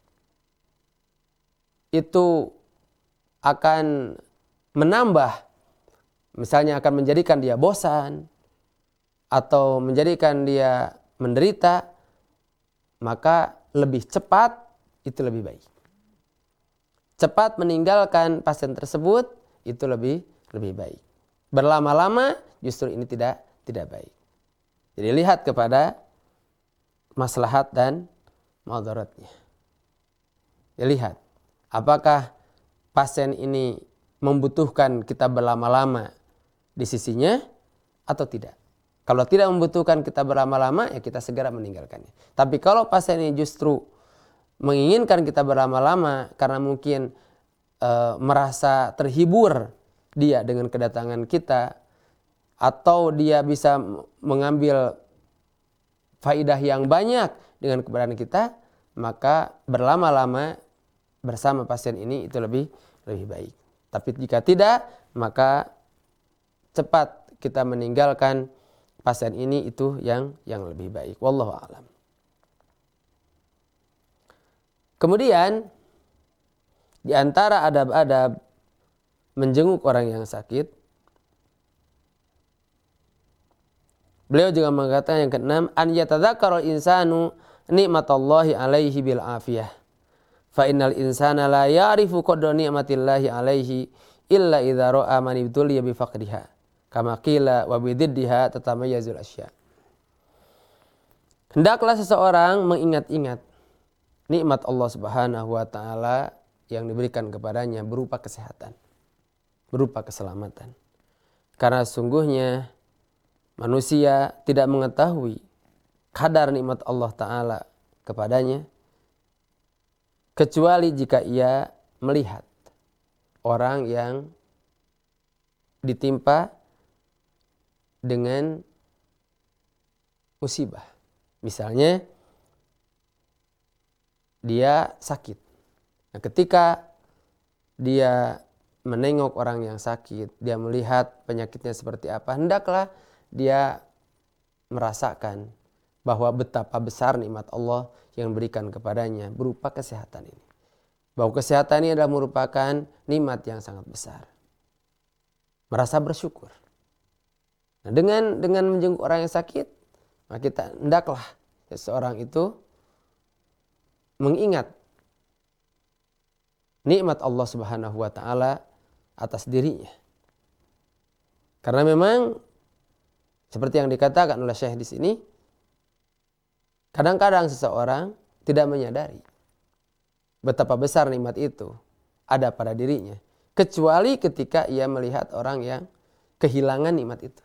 itu akan menambah, misalnya akan menjadikan dia bosan atau menjadikan dia menderita, maka lebih cepat itu lebih baik. Cepat meninggalkan pasien tersebut itu lebih lebih baik. Berlama-lama justru ini tidak tidak baik. Jadi lihat kepada maslahat dan madaratnya. Lihat apakah pasien ini membutuhkan kita berlama-lama di sisinya atau tidak. Kalau tidak membutuhkan kita berlama-lama, ya kita segera meninggalkannya. Tapi kalau pasien ini justru menginginkan kita berlama-lama karena mungkin e, merasa terhibur dia dengan kedatangan kita, atau dia bisa mengambil faidah yang banyak dengan keberadaan kita, maka berlama-lama bersama pasien ini itu lebih lebih baik. Tapi jika tidak, maka cepat kita meninggalkan pasien ini itu yang yang lebih baik. Wallahu a'lam. Kemudian di antara adab-adab menjenguk orang yang sakit, beliau juga mengatakan yang keenam, an yatadzakkara insanu nikmatallahi alaihi bil afiyah. Fa innal insana la ya'rifu qadra ni'matillahi alaihi illa idza ra'a man ibtuliya bi faqriha. Kama qila wa bididdiha tatamayyazul asya. Hendaklah seseorang mengingat-ingat nikmat Allah Subhanahu wa taala yang diberikan kepadanya berupa kesehatan, berupa keselamatan. Karena sungguhnya manusia tidak mengetahui kadar nikmat Allah taala kepadanya kecuali jika ia melihat orang yang ditimpa dengan musibah. Misalnya dia sakit. Nah, ketika dia menengok orang yang sakit, dia melihat penyakitnya seperti apa, hendaklah dia merasakan bahwa betapa besar nikmat Allah yang diberikan kepadanya berupa kesehatan ini. Bahwa kesehatan ini adalah merupakan nikmat yang sangat besar. Merasa bersyukur. Nah, dengan dengan menjenguk orang yang sakit, maka kita hendaklah seseorang itu mengingat nikmat Allah Subhanahu wa taala atas dirinya. Karena memang seperti yang dikatakan oleh Syekh di sini, kadang-kadang seseorang tidak menyadari betapa besar nikmat itu ada pada dirinya, kecuali ketika ia melihat orang yang kehilangan nikmat itu.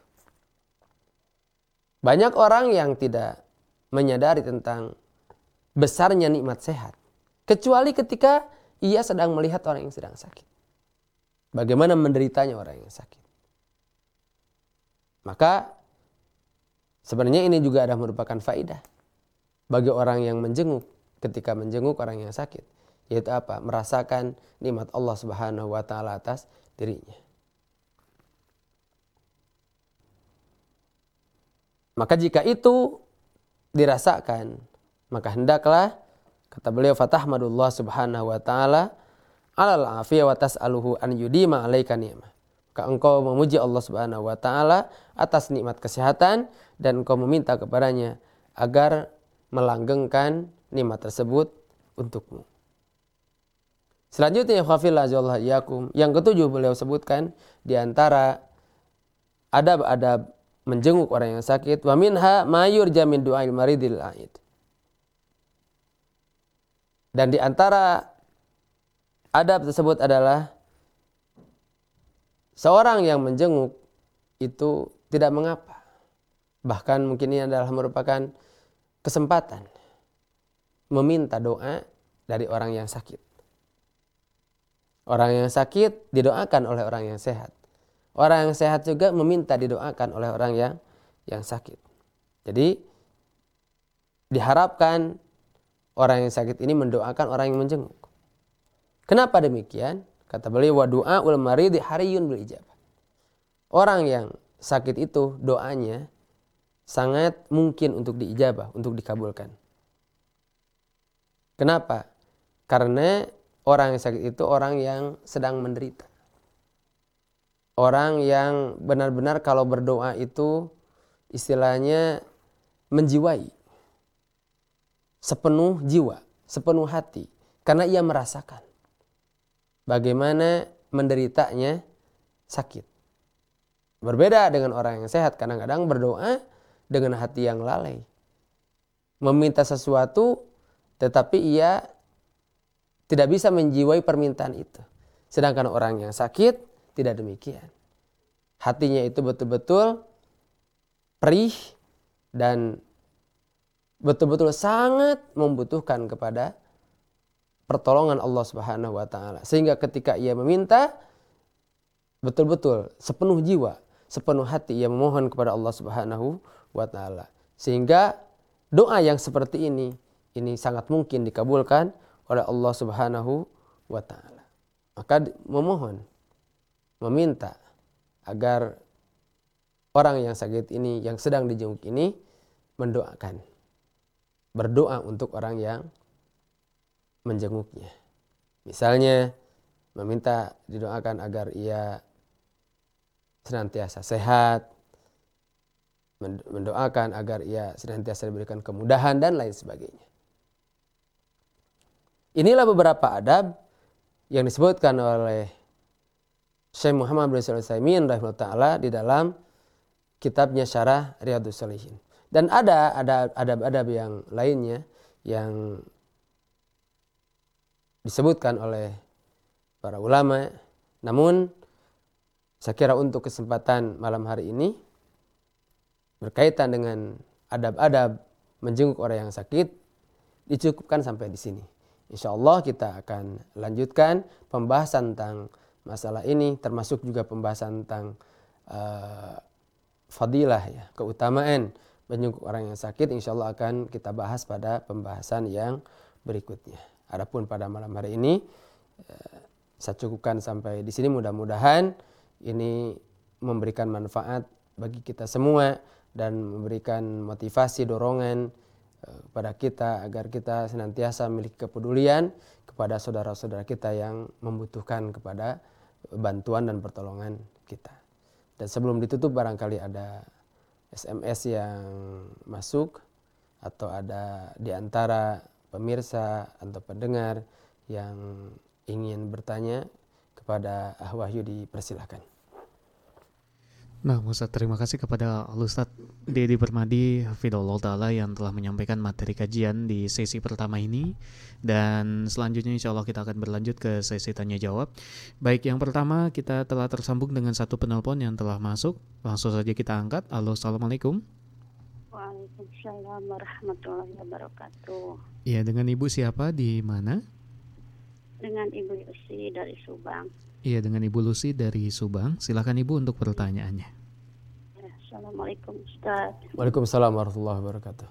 Banyak orang yang tidak menyadari tentang besarnya nikmat sehat, kecuali ketika ia sedang melihat orang yang sedang sakit. Bagaimana menderitanya orang yang sakit. Maka sebenarnya ini juga ada merupakan faedah bagi orang yang menjenguk ketika menjenguk orang yang sakit. Yaitu apa? Merasakan nikmat Allah Subhanahu wa taala atas dirinya. Maka jika itu dirasakan, maka hendaklah, kata beliau, fatahmadullah Subhanahu wa taala alal afiyah wa tas'aluhu an yudima alaika ni'mah. Maka engkau memuji Allah Subhanahu wa taala atas nikmat kesehatan dan engkau meminta kepadanya agar melanggengkan nikmat tersebut untukmu. Selanjutnya, khafillah jalla iyakum, yang ketujuh beliau sebutkan di antara adab-adab menjenguk orang yang sakit, wa minha ma yurja min du'ail maridil a'id. Dan di antara adab tersebut adalah seorang yang menjenguk itu tidak mengapa. Bahkan mungkin ini adalah merupakan kesempatan meminta doa dari orang yang sakit. Orang yang sakit didoakan oleh orang yang sehat. Orang yang sehat juga meminta didoakan oleh orang yang yang sakit. Jadi diharapkan orang yang sakit ini mendoakan orang yang menjenguk. Kenapa demikian? Kata beliau, wa du'aul maridi hariyun bil ijabah. Orang yang sakit itu doanya sangat mungkin untuk diijabah, untuk dikabulkan. Kenapa? Karena orang yang sakit itu orang yang sedang menderita. Orang yang benar-benar kalau berdoa itu istilahnya menjiwai. Sepenuh jiwa, sepenuh hati. Karena ia merasakan bagaimana menderitanya sakit. Berbeda dengan orang yang sehat, kadang-kadang berdoa dengan hati yang lalai. Meminta sesuatu tetapi ia tidak bisa menjiwai permintaan itu. Sedangkan orang yang sakit tidak demikian. Hatinya itu betul-betul perih dan betul-betul sangat membutuhkan kepada pertolongan Allah Subhanahu wa taala. Sehingga ketika ia meminta, betul-betul sepenuh jiwa, sepenuh hati ia memohon kepada Allah Subhanahu wa taala. Sehingga doa yang seperti ini ini sangat mungkin dikabulkan oleh Allah Subhanahu wa taala. Maka memohon, meminta agar orang yang sakit ini, yang sedang dijenguk ini mendoakan. Berdoa untuk orang yang menjenguknya. Misalnya meminta didoakan agar ia senantiasa sehat, mendoakan agar ia senantiasa diberikan kemudahan dan lain sebagainya. Inilah beberapa adab yang disebutkan oleh Syekh Muhammad bin Shalih Al-Utsaimin rahimahullah taala di dalam kitabnya Syarah Riyadhus Shalihin. Dan ada ada adab-adab yang lainnya yang disebutkan oleh para ulama. Namun saya kira untuk kesempatan malam hari ini berkaitan dengan adab-adab menjenguk orang yang sakit dicukupkan sampai di sini. Insya Allah kita akan lanjutkan pembahasan tentang masalah ini, termasuk juga pembahasan tentang uh, fadilah, ya, keutamaan menjenguk orang yang sakit. Insya Allah akan kita bahas pada pembahasan yang berikutnya. Adapun pada malam hari ini uh, saya cukupkan sampai di sini. Mudah-mudahan ini memberikan manfaat bagi kita semua dan memberikan motivasi, dorongan kepada kita agar kita senantiasa memiliki kepedulian kepada saudara-saudara kita yang membutuhkan kepada bantuan dan pertolongan kita. Dan sebelum ditutup, barangkali ada S M S yang masuk atau ada di antara pemirsa atau pendengar yang ingin bertanya kepada Ah Wahyu, dipersilahkan. Nah, Ustaz, terima kasih kepada Al-Ustaz Dedi Permadi Hafidhullah Ta'ala yang telah menyampaikan materi kajian di sesi pertama ini. Dan selanjutnya insya Allah kita akan berlanjut ke sesi tanya jawab. Baik, yang pertama kita telah tersambung dengan satu penelpon yang telah masuk. Langsung saja kita angkat. Halo, Assalamualaikum. Waalaikumsalam warahmatullahi wabarakatuh. Iya, dengan Ibu siapa, di mana? Dengan Ibu Lucy dari Subang. Iya, dengan Ibu Lucy dari Subang. Silakan Ibu untuk pertanyaannya. Assalamualaikum Ustaz. Waalaikumsalam warahmatullahi wabarakatuh.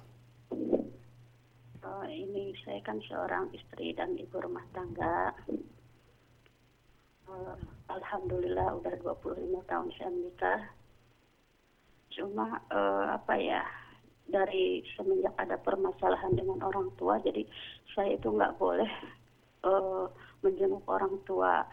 Uh, ini saya kan seorang istri dan ibu rumah tangga. Uh, Alhamdulillah udah dua puluh lima tahun saya menikah. Cuma uh, apa ya, dari semenjak ada permasalahan dengan orang tua, jadi saya itu nggak boleh uh, menjenguk orang tua.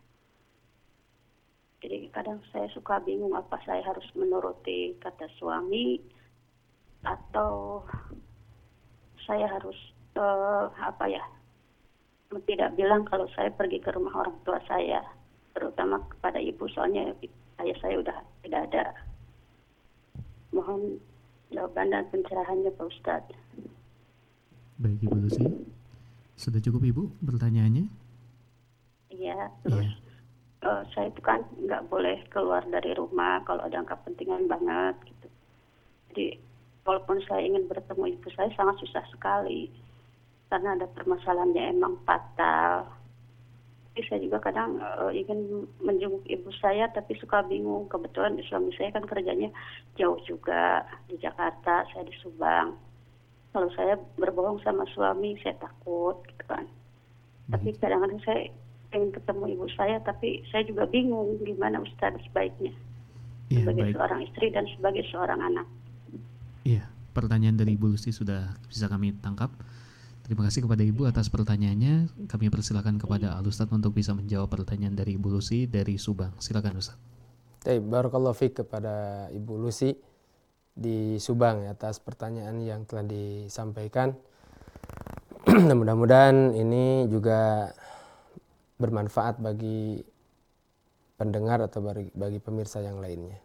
Jadi kadang saya suka bingung apa saya harus menuruti kata suami atau saya harus uh, apa ya, tidak bilang kalau saya pergi ke rumah orang tua saya, terutama kepada ibu, soalnya ayah saya udah tidak ada. Mohon jawaban dan pencerahannya Pak Ustadz. Baik Ibu Lucy, sudah cukup Ibu pertanyaannya? Iya, terus yeah. Uh, saya itu kan nggak boleh keluar dari rumah kalau ada kepentingan banget gitu. Jadi walaupun saya ingin bertemu ibu saya sangat susah sekali karena ada permasalahannya emang fatal. Tapi saya juga kadang uh, ingin menjenguk ibu saya tapi suka bingung. Kebetulan suami saya kan kerjanya jauh juga di Jakarta, saya di Subang. Kalau saya berbohong sama suami saya takut gitu kan. Hmm. Tapi kadang-kadang saya ingin ketemu ibu saya, tapi saya juga bingung gimana Ustaz sebaiknya ya, sebagai baik. seorang istri dan sebagai seorang anak. Iya, pertanyaan dari Ibu Lucy sudah bisa kami tangkap. Terima kasih kepada Ibu atas pertanyaannya. Kami persilakan kepada Al-Ustaz untuk bisa menjawab pertanyaan dari Ibu Lucy dari Subang. Silakan Ustaz. Baik, barakallahu fiik kepada Ibu Lucy di Subang atas pertanyaan yang telah disampaikan. Mudah-mudahan ini juga bermanfaat bagi pendengar atau bagi, bagi pemirsa yang lainnya.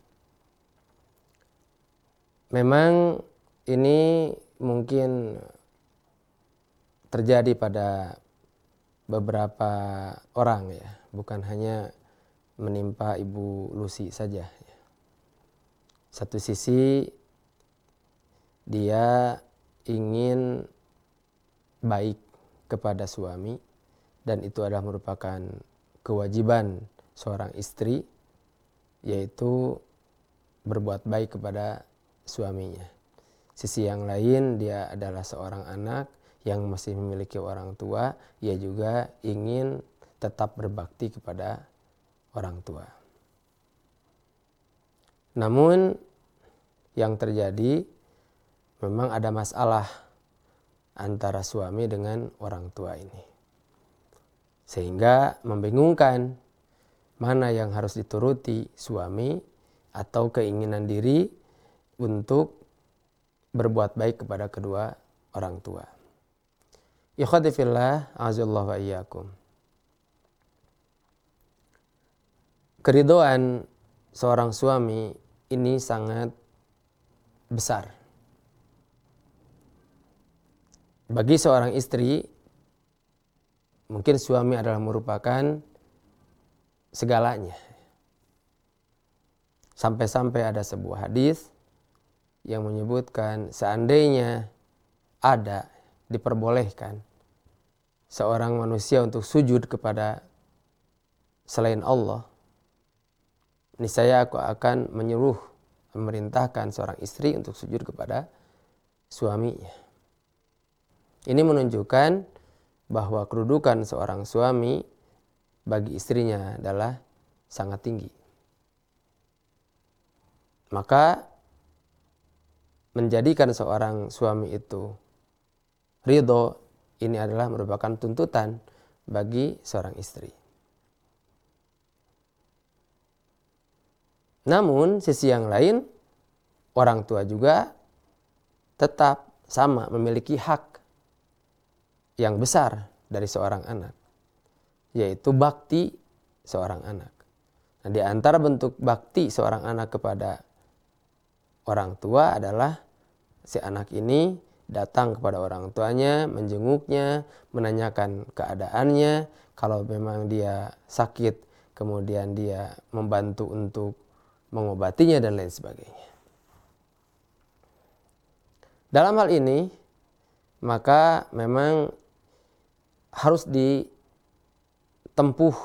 Memang ini mungkin terjadi pada beberapa orang ya, bukan hanya menimpa Ibu Lucy saja. Satu sisi dia ingin baik kepada suami, dan itu adalah merupakan kewajiban seorang istri, yaitu berbuat baik kepada suaminya. Sisi yang lain, dia adalah seorang anak yang masih memiliki orang tua, ia juga ingin tetap berbakti kepada orang tua. Namun yang terjadi memang ada masalah antara suami dengan orang tua ini. Sehingga membingungkan mana yang harus dituruti suami atau keinginan diri untuk berbuat baik kepada kedua orang tua. Ikhwati fillah, a'azallahu wa iyyakum. Keridhaan seorang suami ini sangat besar. Bagi seorang istri, mungkin suami adalah merupakan segalanya. Sampai-sampai ada sebuah hadis yang menyebutkan seandainya ada diperbolehkan seorang manusia untuk sujud kepada selain Allah, niscaya aku akan menyuruh, memerintahkan seorang istri untuk sujud kepada suaminya. Ini menunjukkan bahwa kedudukan seorang suami bagi istrinya adalah sangat tinggi. Maka menjadikan seorang suami itu ridho, ini adalah merupakan tuntutan bagi seorang istri. Namun sisi yang lain, orang tua juga tetap sama memiliki hak yang besar dari seorang anak, yaitu bakti seorang anak. Nah, di antara bentuk bakti seorang anak kepada orang tua adalah si anak ini datang kepada orang tuanya, menjenguknya, menanyakan keadaannya. Kalau memang dia sakit, kemudian dia membantu untuk mengobatinya dan lain sebagainya. Dalam hal ini, maka memang harus ditempuh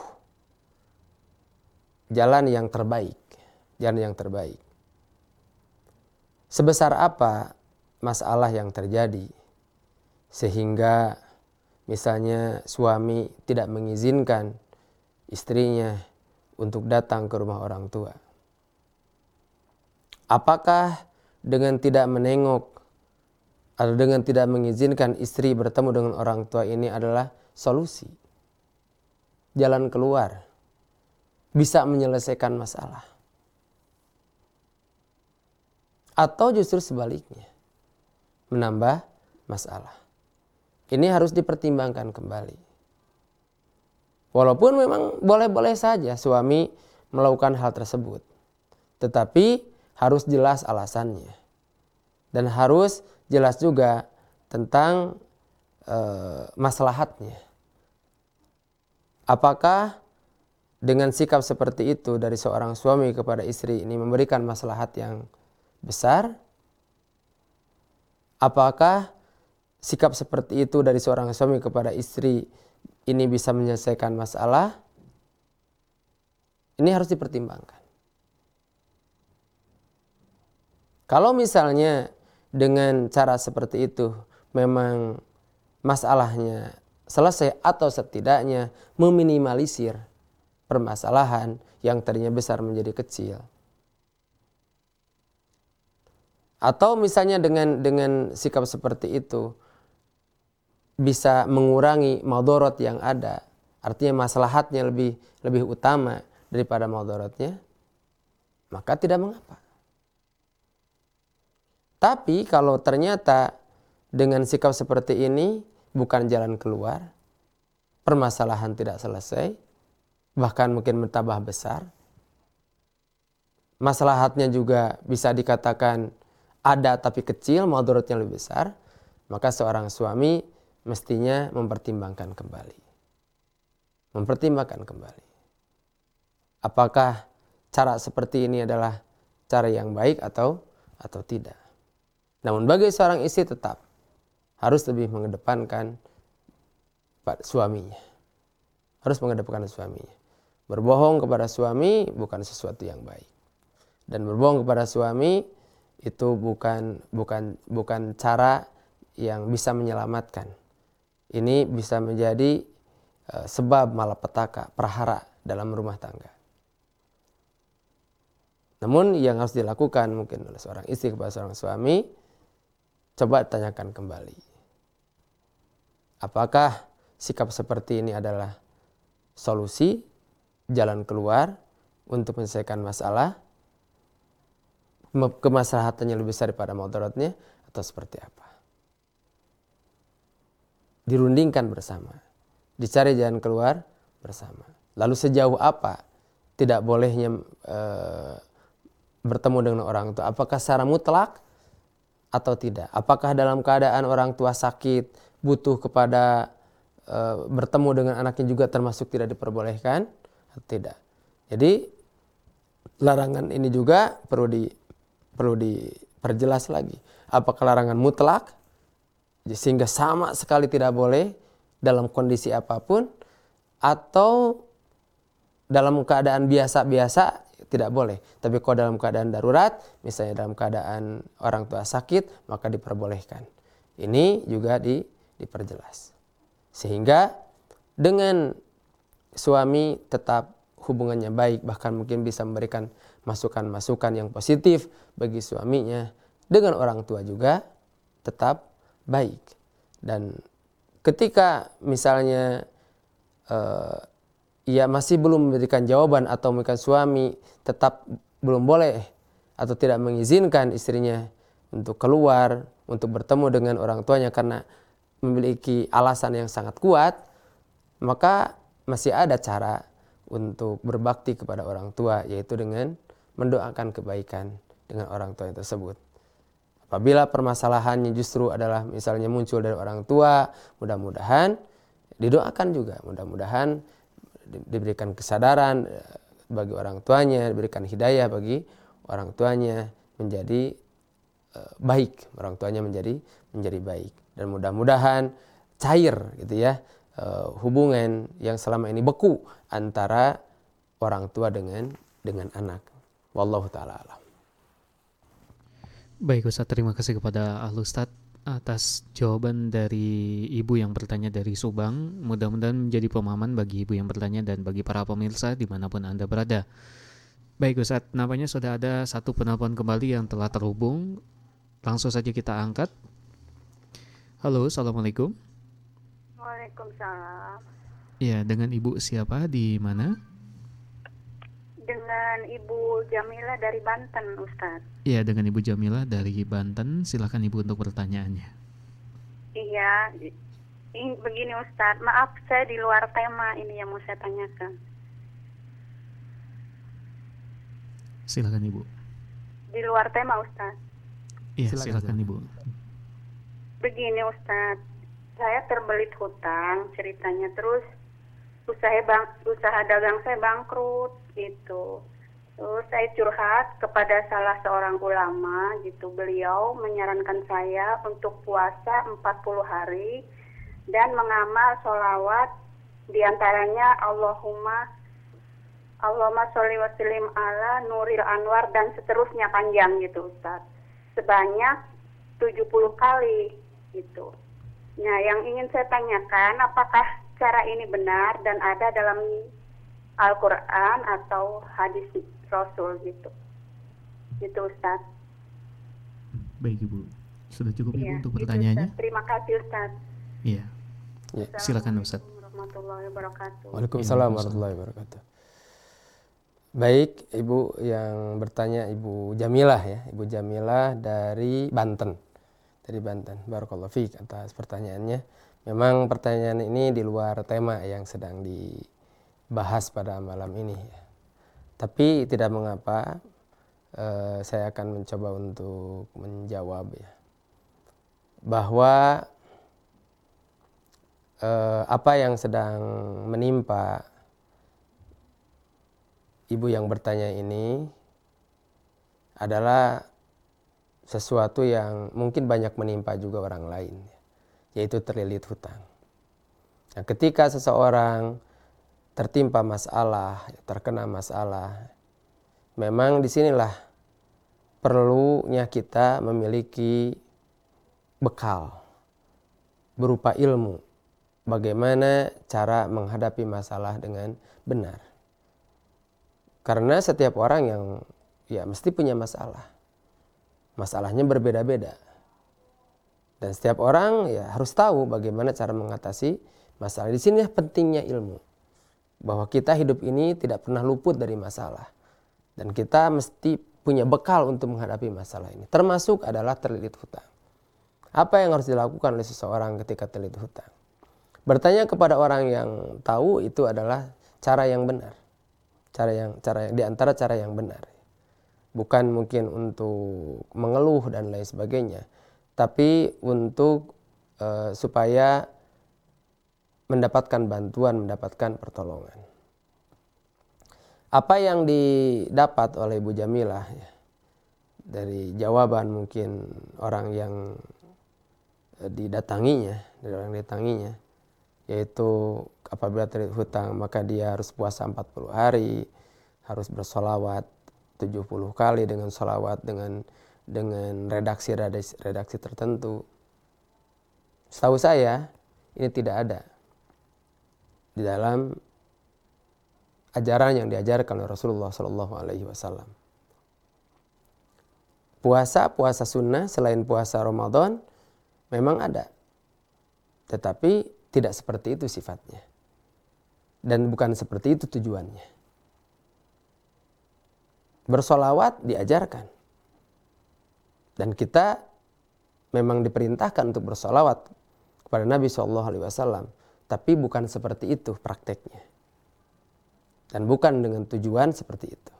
jalan yang terbaik, jalan yang terbaik. Sebesar apa masalah yang terjadi sehingga misalnya suami tidak mengizinkan istrinya untuk datang ke rumah orang tua? Apakah dengan tidak menengok atau dengan tidak mengizinkan istri bertemu dengan orang tua ini adalah solusi, jalan keluar, bisa menyelesaikan masalah? Atau justru sebaliknya, menambah masalah? Ini harus dipertimbangkan kembali. Walaupun memang boleh-boleh saja suami melakukan hal tersebut, tetapi harus jelas alasannya. Dan harus jelas juga tentang e, maslahatnya. Apakah dengan sikap seperti itu dari seorang suami kepada istri ini memberikan maslahat yang besar? Apakah sikap seperti itu dari seorang suami kepada istri ini bisa menyelesaikan masalah? Ini harus dipertimbangkan. Kalau misalnya dengan cara seperti itu memang masalahnya selesai atau setidaknya meminimalisir permasalahan yang tadinya besar menjadi kecil. Atau misalnya dengan dengan sikap seperti itu bisa mengurangi madharat yang ada, artinya maslahatnya lebih lebih utama daripada madharatnya, maka tidak mengapa. Tapi kalau ternyata dengan sikap seperti ini bukan jalan keluar, permasalahan tidak selesai, bahkan mungkin bertambah besar, maslahatnya juga bisa dikatakan ada tapi kecil, madharatnya lebih besar, maka seorang suami mestinya mempertimbangkan kembali. Mempertimbangkan kembali. Apakah cara seperti ini adalah cara yang baik atau atau tidak. Namun bagi seorang istri tetap harus lebih mengedepankan suaminya. Harus mengedepankan suaminya. Berbohong kepada suami bukan sesuatu yang baik. Dan berbohong kepada suami itu bukan bukan bukan cara yang bisa menyelamatkan. Ini bisa menjadi uh, sebab malapetaka, prahara dalam rumah tangga. Namun yang harus dilakukan mungkin oleh seorang istri kepada seorang suami, coba tanyakan kembali. Apakah sikap seperti ini adalah solusi, jalan keluar untuk menyelesaikan masalah, kemaslahatannya lebih besar daripada mudaratnya, atau seperti apa. Dirundingkan bersama, dicari jalan keluar bersama. Lalu sejauh apa tidak bolehnya e, bertemu dengan orang tua? Apakah secara mutlak atau tidak? Apakah dalam keadaan orang tua sakit, butuh kepada e, bertemu dengan anaknya juga termasuk tidak diperbolehkan atau tidak? Jadi larangan ini juga perlu di perlu diperjelas lagi. Apakah larangan mutlak sehingga sama sekali tidak boleh dalam kondisi apapun, atau dalam keadaan biasa-biasa tidak boleh. Tapi kalau dalam keadaan darurat, misalnya dalam keadaan orang tua sakit, maka diperbolehkan. Ini juga di, diperjelas. Sehingga dengan suami tetap hubungannya baik, bahkan mungkin bisa memberikan masukan-masukan yang positif bagi suaminya. Dengan orang tua juga tetap baik. Dan ketika misalnya uh, ia masih belum memberikan jawaban atau mungkin suami tetap belum boleh atau tidak mengizinkan istrinya untuk keluar, untuk bertemu dengan orang tuanya karena memiliki alasan yang sangat kuat, maka masih ada cara untuk berbakti kepada orang tua, yaitu dengan mendoakan kebaikan dengan orang tua tersebut. Apabila permasalahannya justru adalah misalnya muncul dari orang tua, mudah-mudahan didoakan juga, mudah-mudahan diberikan kesadaran bagi orang tuanya, diberikan hidayah bagi orang tuanya menjadi uh, baik, orang tuanya menjadi menjadi baik, dan mudah-mudahan cair gitu ya uh, hubungan yang selama ini beku antara orang tua dengan dengan anak. Wallahu taala alam. Baik Ustaz, terima kasih kepada Al Ustaz atas jawaban dari ibu yang bertanya dari Subang. Mudah-mudahan menjadi pemahaman bagi ibu yang bertanya dan bagi para pemirsa dimanapun Anda berada. Baik Ustaz, nampaknya sudah ada satu penelpon kembali yang telah terhubung. Langsung saja kita angkat. Halo, Assalamualaikum. Waalaikumsalam. Ya, dengan ibu siapa, di mana? Dengan Ibu Jamila dari Banten, Ustaz. Iya, dengan Ibu Jamila dari Banten. Silakan Ibu untuk pertanyaannya. Iya, ini begini Ustaz. Maaf, saya di luar tema ini yang mau saya tanyakan. Silakan Ibu. Di luar tema Ustaz. Iya, Silakan, silakan Ibu. Begini Ustaz, saya terbelit hutang ceritanya, terus usaha bang, usaha dagang saya bangkrut gitu. Terus saya curhat kepada salah seorang ulama gitu. Beliau menyarankan saya untuk puasa empat puluh hari dan mengamal sholawat, diantaranya Allahumma Allahumma sholli wa sallim ala nuril anwar dan seterusnya panjang gitu Ustaz. Sebanyak tujuh puluh kali gitu. Nah, yang ingin saya tanyakan, apakah cara ini benar dan ada dalam Al-Quran atau hadis Rasul gitu. Gitu Ustaz. Baik Ibu, sudah cukup Ya, Ibu untuk gitu, pertanyaannya? Ustaz. Terima kasih Ustaz. Iya. Ya. Silakan Ustaz. Warahmatullahi wabarakatuh. Waalaikumsalam warahmatullahi wabarakatuh. Baik, Ibu yang bertanya Ibu Jamilah ya, Ibu Jamilah dari Banten. Dari Banten. Barakallahu fiik atas pertanyaannya. Memang pertanyaan ini di luar tema yang sedang dibahas pada malam ini ya. Tapi tidak mengapa, eh, saya akan mencoba untuk menjawab ya. Bahwa eh, apa yang sedang menimpa ibu yang bertanya ini adalah sesuatu yang mungkin banyak menimpa juga orang lain, yaitu terlilit hutang. Nah, ketika seseorang tertimpa masalah, terkena masalah, memang disinilah perlunya kita memiliki bekal berupa ilmu, bagaimana cara menghadapi masalah dengan benar. Karena setiap orang yang ya mesti punya masalah. Masalahnya berbeda-beda. Dan setiap orang ya harus tahu bagaimana cara mengatasi masalah. Di sini pentingnya ilmu. bahwa kita hidup ini tidak pernah luput dari masalah. Dan kita mesti punya bekal untuk menghadapi masalah ini. Termasuk adalah terlilit hutang. Apa yang harus dilakukan oleh seseorang ketika terlilit hutang? Bertanya kepada orang yang tahu itu adalah cara yang benar. Cara yang cara yang di antara cara yang benar. Bukan mungkin untuk mengeluh dan lain sebagainya, tapi untuk uh, supaya mendapatkan bantuan, mendapatkan pertolongan. Apa yang didapat oleh Ibu Jamilah ya, dari jawaban mungkin orang yang didatanginya, dari orang yang didatanginya, yaitu apabila terlilit hutang maka dia harus puasa empat puluh hari, harus bersolawat tujuh puluh kali dengan solawat dengan dengan redaksi redaksi, redaksi tertentu. Setahu saya ini tidak ada di dalam ajaran yang diajarkan oleh Rasulullah Shallallahu Alaihi Wasallam. Puasa puasa sunnah selain puasa Ramadan memang ada, tetapi tidak seperti itu sifatnya dan bukan seperti itu tujuannya. Bersolawat diajarkan. Dan kita memang diperintahkan untuk bersolawat kepada Nabi shallallahu alaihi wasallam. Tapi bukan seperti itu prakteknya. Dan bukan dengan tujuan seperti itu.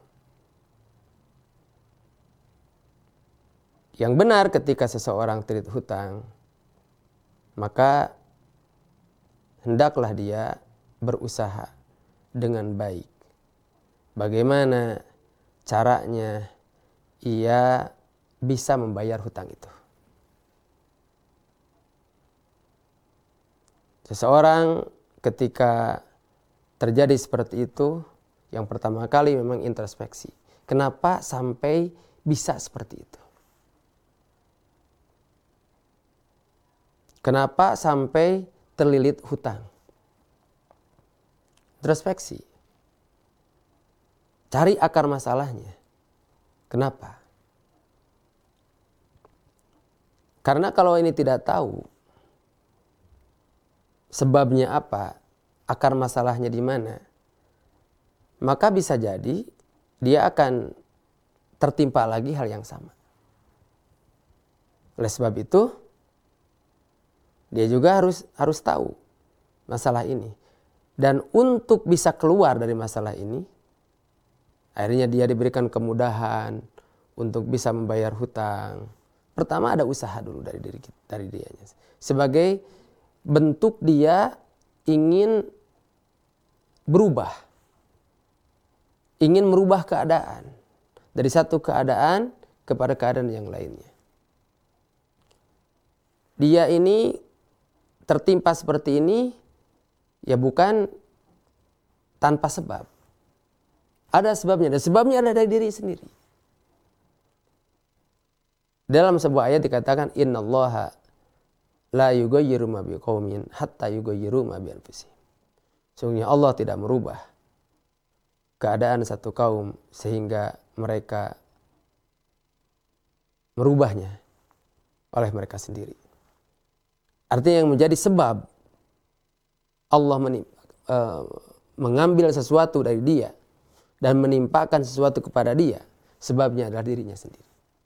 Yang benar ketika seseorang terlilit hutang, maka hendaklah dia berusaha dengan baik. Bagaimana caranya ia bisa membayar hutang itu. Seseorang ketika terjadi seperti itu, yang pertama kali memang introspeksi. Kenapa sampai bisa seperti itu? Kenapa sampai terlilit hutang? Introspeksi. Cari akar masalahnya. Kenapa? Karena kalau ini tidak tahu sebabnya apa, akar masalahnya di mana, maka bisa jadi dia akan tertimpa lagi hal yang sama. Oleh sebab itu, dia juga harus harus tahu masalah ini. Dan untuk bisa keluar dari masalah ini, akhirnya dia diberikan kemudahan untuk bisa membayar hutang. Pertama ada usaha dulu dari diri dari dianya. Sebagai bentuk dia ingin berubah. Ingin merubah keadaan. Dari satu keadaan kepada keadaan yang lainnya. Dia ini tertimpa seperti ini ya bukan tanpa sebab. Ada sebabnya, dan sebabnya ada dari diri sendiri. Dalam sebuah ayat dikatakan innallaha la yughayyiru ma biqaumin hatta yughayyiru ma bi anfusihim. Sungguhnya Allah tidak merubah keadaan satu kaum sehingga mereka merubahnya oleh mereka sendiri. Artinya yang menjadi sebab Allah menim, uh, mengambil sesuatu dari dia dan menimpakan sesuatu kepada dia, sebabnya adalah dirinya sendiri.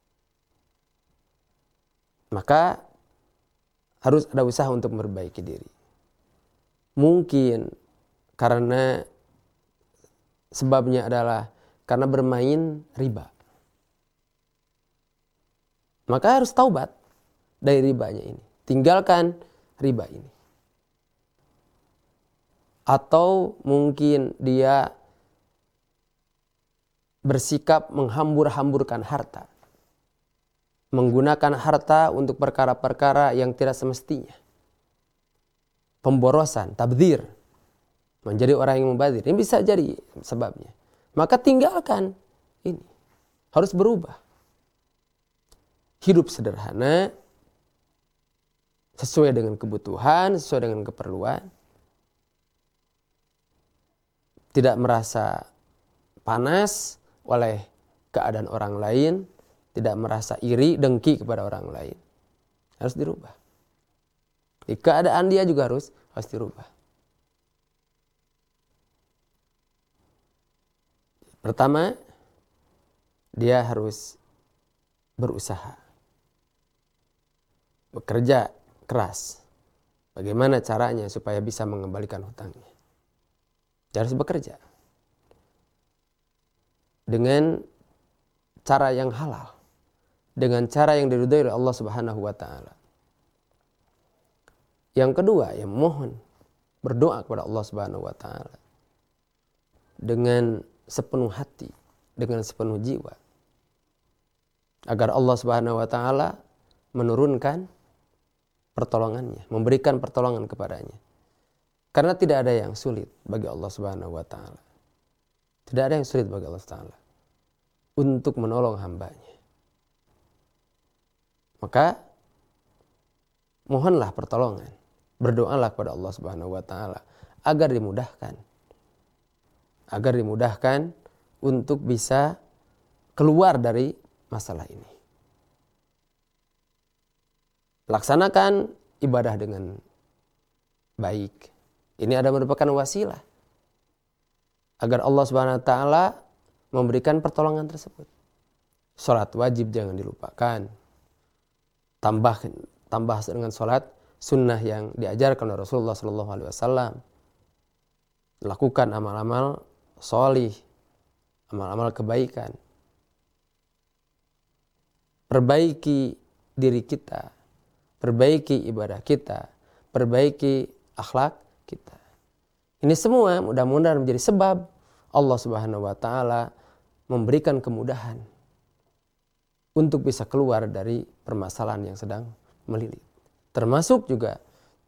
Maka harus ada usaha untuk memperbaiki diri. Mungkin karena sebabnya adalah karena bermain riba. Maka harus taubat dari ribanya ini. Tinggalkan riba ini. Atau mungkin dia bersikap menghambur-hamburkan harta. Menggunakan harta untuk perkara-perkara yang tidak semestinya. Pemborosan, tabdzir. Menjadi orang yang membazir. Ini bisa jadi sebabnya. Maka tinggalkan ini. Harus berubah. Hidup sederhana. Sesuai dengan kebutuhan, sesuai dengan keperluan. Tidak merasa panas oleh keadaan orang lain. Tidak merasa iri, dengki kepada orang lain. Harus dirubah. Di keadaan dia juga harus harus dirubah. Pertama, dia harus berusaha, bekerja keras. Bagaimana caranya supaya bisa mengembalikan hutangnya? Dia harus bekerja dengan cara yang halal, dengan cara yang diridhai oleh Allah Subhanahu wa taala. Yang kedua, yang mohon berdoa kepada Allah Subhanahu wa taala dengan sepenuh hati, dengan sepenuh jiwa, agar Allah Subhanahu wa taala menurunkan pertolongannya, memberikan pertolongan kepadanya. Karena tidak ada yang sulit bagi Allah Subhanahu wa taala. Tidak ada yang sulit bagi Allah Subhanahu wa taala untuk menolong hambanya. Maka mohonlah pertolongan, berdoalah kepada Allah Subhanahu wa taala agar dimudahkan. Agar dimudahkan untuk bisa keluar dari masalah ini. Laksanakan ibadah dengan baik. Ini ada merupakan wasilah agar Allah Subhanahu wa taala memberikan pertolongan tersebut. Salat wajib jangan dilupakan. Tambah tambah dengan salat sunnah yang diajarkan oleh Rasulullah sallallahu alaihi wasallam. Lakukan amal-amal sholih, amal-amal kebaikan. Perbaiki diri kita, perbaiki ibadah kita, perbaiki akhlak kita. Ini semua mudah-mudahan menjadi sebab Allah Subhanahu wa taala memberikan kemudahan untuk bisa keluar dari permasalahan yang sedang melilit. Termasuk juga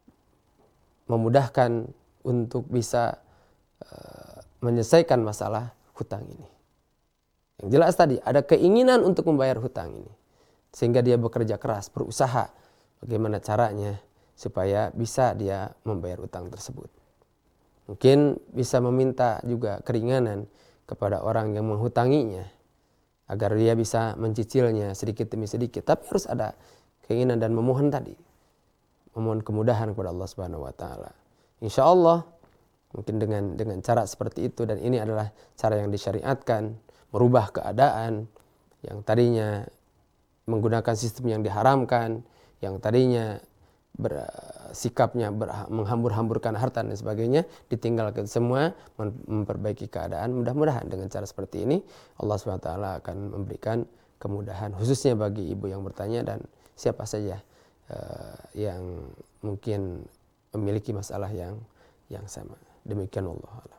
memudahkan untuk bisa uh, menyelesaikan masalah hutang ini. Yang jelas tadi ada keinginan untuk membayar hutang ini. Sehingga dia bekerja keras, berusaha bagaimana caranya supaya bisa dia membayar hutang tersebut. Mungkin bisa meminta juga keringanan kepada orang yang menghutanginya agar dia bisa mencicilnya sedikit demi sedikit. Tapi harus ada keinginan dan memohon tadi. Memohon kemudahan kepada Allah Subhanahu wa taala. Insya Allah mungkin dengan dengan cara seperti itu, dan ini adalah cara yang disyariatkan, merubah keadaan yang tadinya menggunakan sistem yang diharamkan, yang tadinya bersikapnya ber, menghambur-hamburkan harta dan sebagainya, ditinggalkan semua, memperbaiki keadaan. Mudah-mudahan dengan cara seperti ini Allah subhanahu wa taala akan memberikan kemudahan khususnya bagi ibu yang bertanya dan siapa saja uh, yang mungkin memiliki masalah yang yang sama. Demikian Allah alam.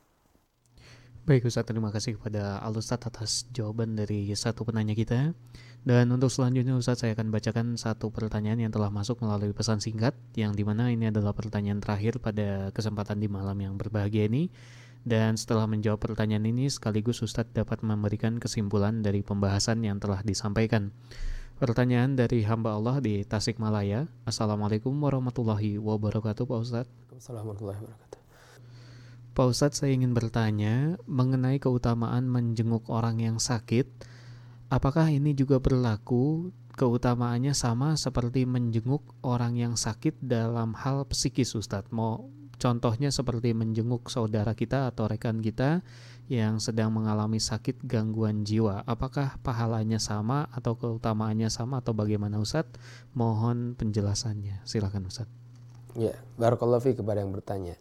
Baik Ustaz, terima kasih kepada Al Ustaz atas jawaban dari satu penanya kita. Dan untuk selanjutnya Ustaz, saya akan bacakan satu pertanyaan yang telah masuk melalui pesan singkat, yang dimana ini adalah pertanyaan terakhir pada kesempatan di malam yang berbahagia ini. Dan setelah menjawab pertanyaan ini, sekaligus Ustaz dapat memberikan kesimpulan dari pembahasan yang telah disampaikan. Pertanyaan dari hamba Allah di Tasikmalaya. Assalamualaikum warahmatullahi wabarakatuh Pak Ustaz. Assalamualaikum warahmatullahi wabarakatuh. Pak Ustadz, saya ingin bertanya mengenai keutamaan menjenguk orang yang sakit. Apakah ini juga berlaku, keutamaannya sama seperti menjenguk orang yang sakit dalam hal psikis Ustadz? Mau contohnya seperti menjenguk saudara kita atau rekan kita yang sedang mengalami sakit gangguan jiwa. Apakah pahalanya sama atau keutamaannya sama atau bagaimana Ustadz? Mohon penjelasannya. Silakan Ustadz. Ya, barakallahu fiik kepada yang bertanya.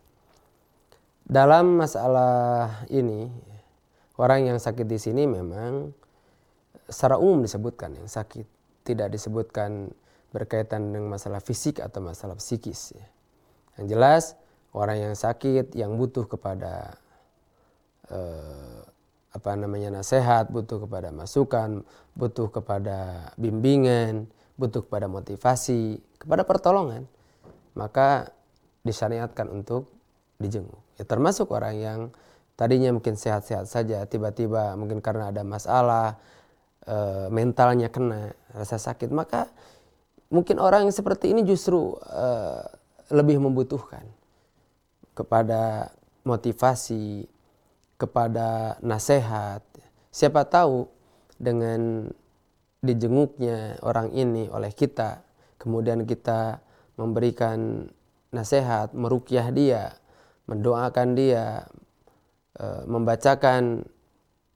Dalam masalah ini, orang yang sakit di sini memang secara umum disebutkan yang sakit, tidak disebutkan berkaitan dengan masalah fisik atau masalah psikis. Ya. Yang jelas orang yang sakit yang butuh kepada eh, apa namanya nasihat, butuh kepada masukan, butuh kepada bimbingan, butuh kepada motivasi, kepada pertolongan, maka disyariatkan untuk dijenguk. Ya, termasuk orang yang tadinya mungkin sehat-sehat saja, tiba-tiba mungkin karena ada masalah e, mentalnya kena rasa sakit, maka mungkin orang yang seperti ini justru e, lebih membutuhkan kepada motivasi, kepada nasihat. Siapa tahu dengan dijenguknya orang ini oleh kita, kemudian kita memberikan nasihat, meruqyah dia, mendoakan dia, e, membacakan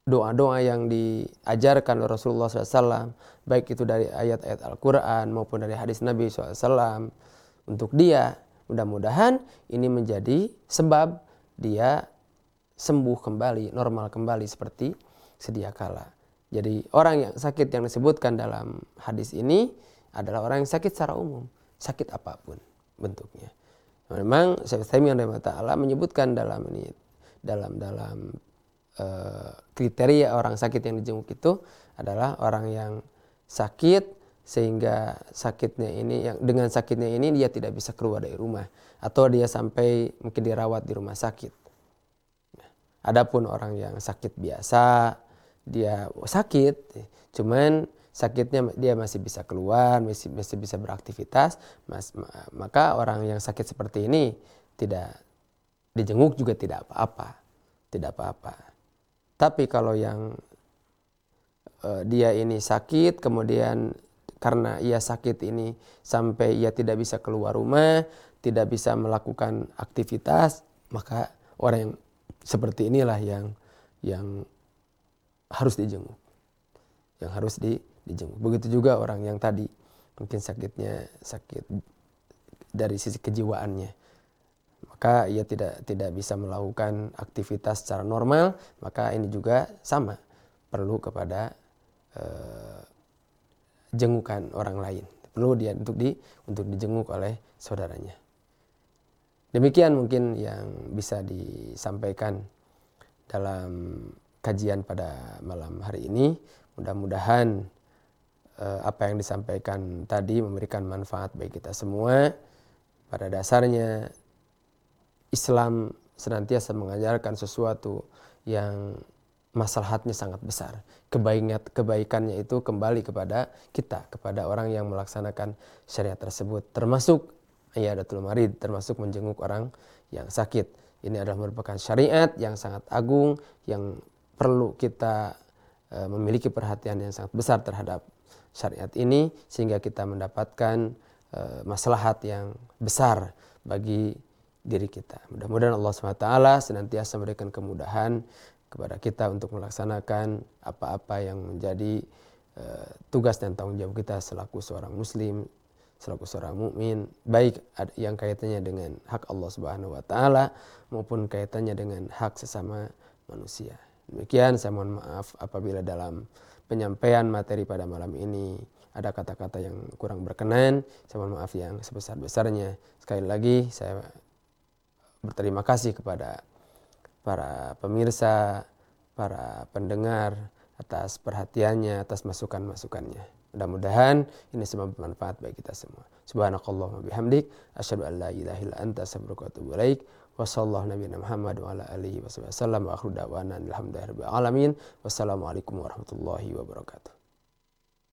doa-doa yang diajarkan oleh Rasulullah shallallahu alaihi wasallam, baik itu dari ayat-ayat Al-Quran maupun dari hadis Nabi shallallahu alaihi wasallam untuk dia. Mudah-mudahan ini menjadi sebab dia sembuh kembali, normal kembali seperti sedia kala. Jadi orang yang sakit yang disebutkan dalam hadis ini adalah orang yang sakit secara umum, sakit apapun bentuknya. Memang Syekh Utsaimin rahimahullah menyebutkan dalam ini dalam dalam uh, kriteria orang sakit yang dijenguk itu adalah orang yang sakit sehingga sakitnya ini yang dengan sakitnya ini dia tidak bisa keluar dari rumah atau dia sampai mungkin dirawat di rumah sakit. Nah, adapun orang yang sakit biasa, dia sakit cuman sakitnya dia masih bisa keluar, masih masih bisa beraktivitas, mas, maka orang yang sakit seperti ini tidak dijenguk juga tidak apa-apa, tidak apa-apa. Tapi kalau yang uh, dia ini sakit, kemudian karena ia sakit ini sampai ia tidak bisa keluar rumah, tidak bisa melakukan aktivitas, maka orang yang seperti inilah yang yang harus dijenguk, yang harus di dijenguk. Begitu juga orang yang tadi mungkin sakitnya sakit dari sisi kejiwaannya, maka ia tidak tidak bisa melakukan aktivitas secara normal, maka ini juga sama perlu kepada uh, jengukan orang lain, perlu dia untuk di untuk dijenguk oleh saudaranya. Demikian mungkin yang bisa disampaikan dalam kajian pada malam hari ini. Mudah-mudahan apa yang disampaikan tadi memberikan manfaat bagi kita semua. Pada dasarnya Islam senantiasa mengajarkan sesuatu yang maslahatnya sangat besar. Kebaikan, kebaikannya itu kembali kepada kita, kepada orang yang melaksanakan syariat tersebut. Termasuk iyadatul marid, termasuk menjenguk orang yang sakit. Ini adalah merupakan syariat yang sangat agung, yang perlu kita e, memiliki perhatian yang sangat besar terhadap syariat ini sehingga kita mendapatkan e, maslahat yang besar bagi diri kita. Mudah-mudahan Allah subhanahu wa taala senantiasa memberikan kemudahan kepada kita untuk melaksanakan apa-apa yang menjadi e, tugas dan tanggung jawab kita selaku seorang muslim, selaku seorang mukmin, baik yang kaitannya dengan hak Allah subhanahu wa taala maupun kaitannya dengan hak sesama manusia. Demikian, saya mohon maaf apabila dalam penyampaian materi pada malam ini ada kata-kata yang kurang berkenan. Saya mohon maaf yang sebesar-besarnya. Sekali lagi saya berterima kasih kepada para pemirsa, para pendengar atas perhatiannya, atas masukan-masukannya. Mudah-mudahan ini semua bermanfaat bagi kita semua. Subhanakallahumma bihamdik, asyhadu an la ilaha illa anta, astaghfiruka wa atubu ilaik. Wassallallahu nabiyana Muhammad wa ala alihi wasallam wa akhiru da'wana alhamdulillahi rabbil alamin. Wassalamualaikum warahmatullahi wabarakatuh.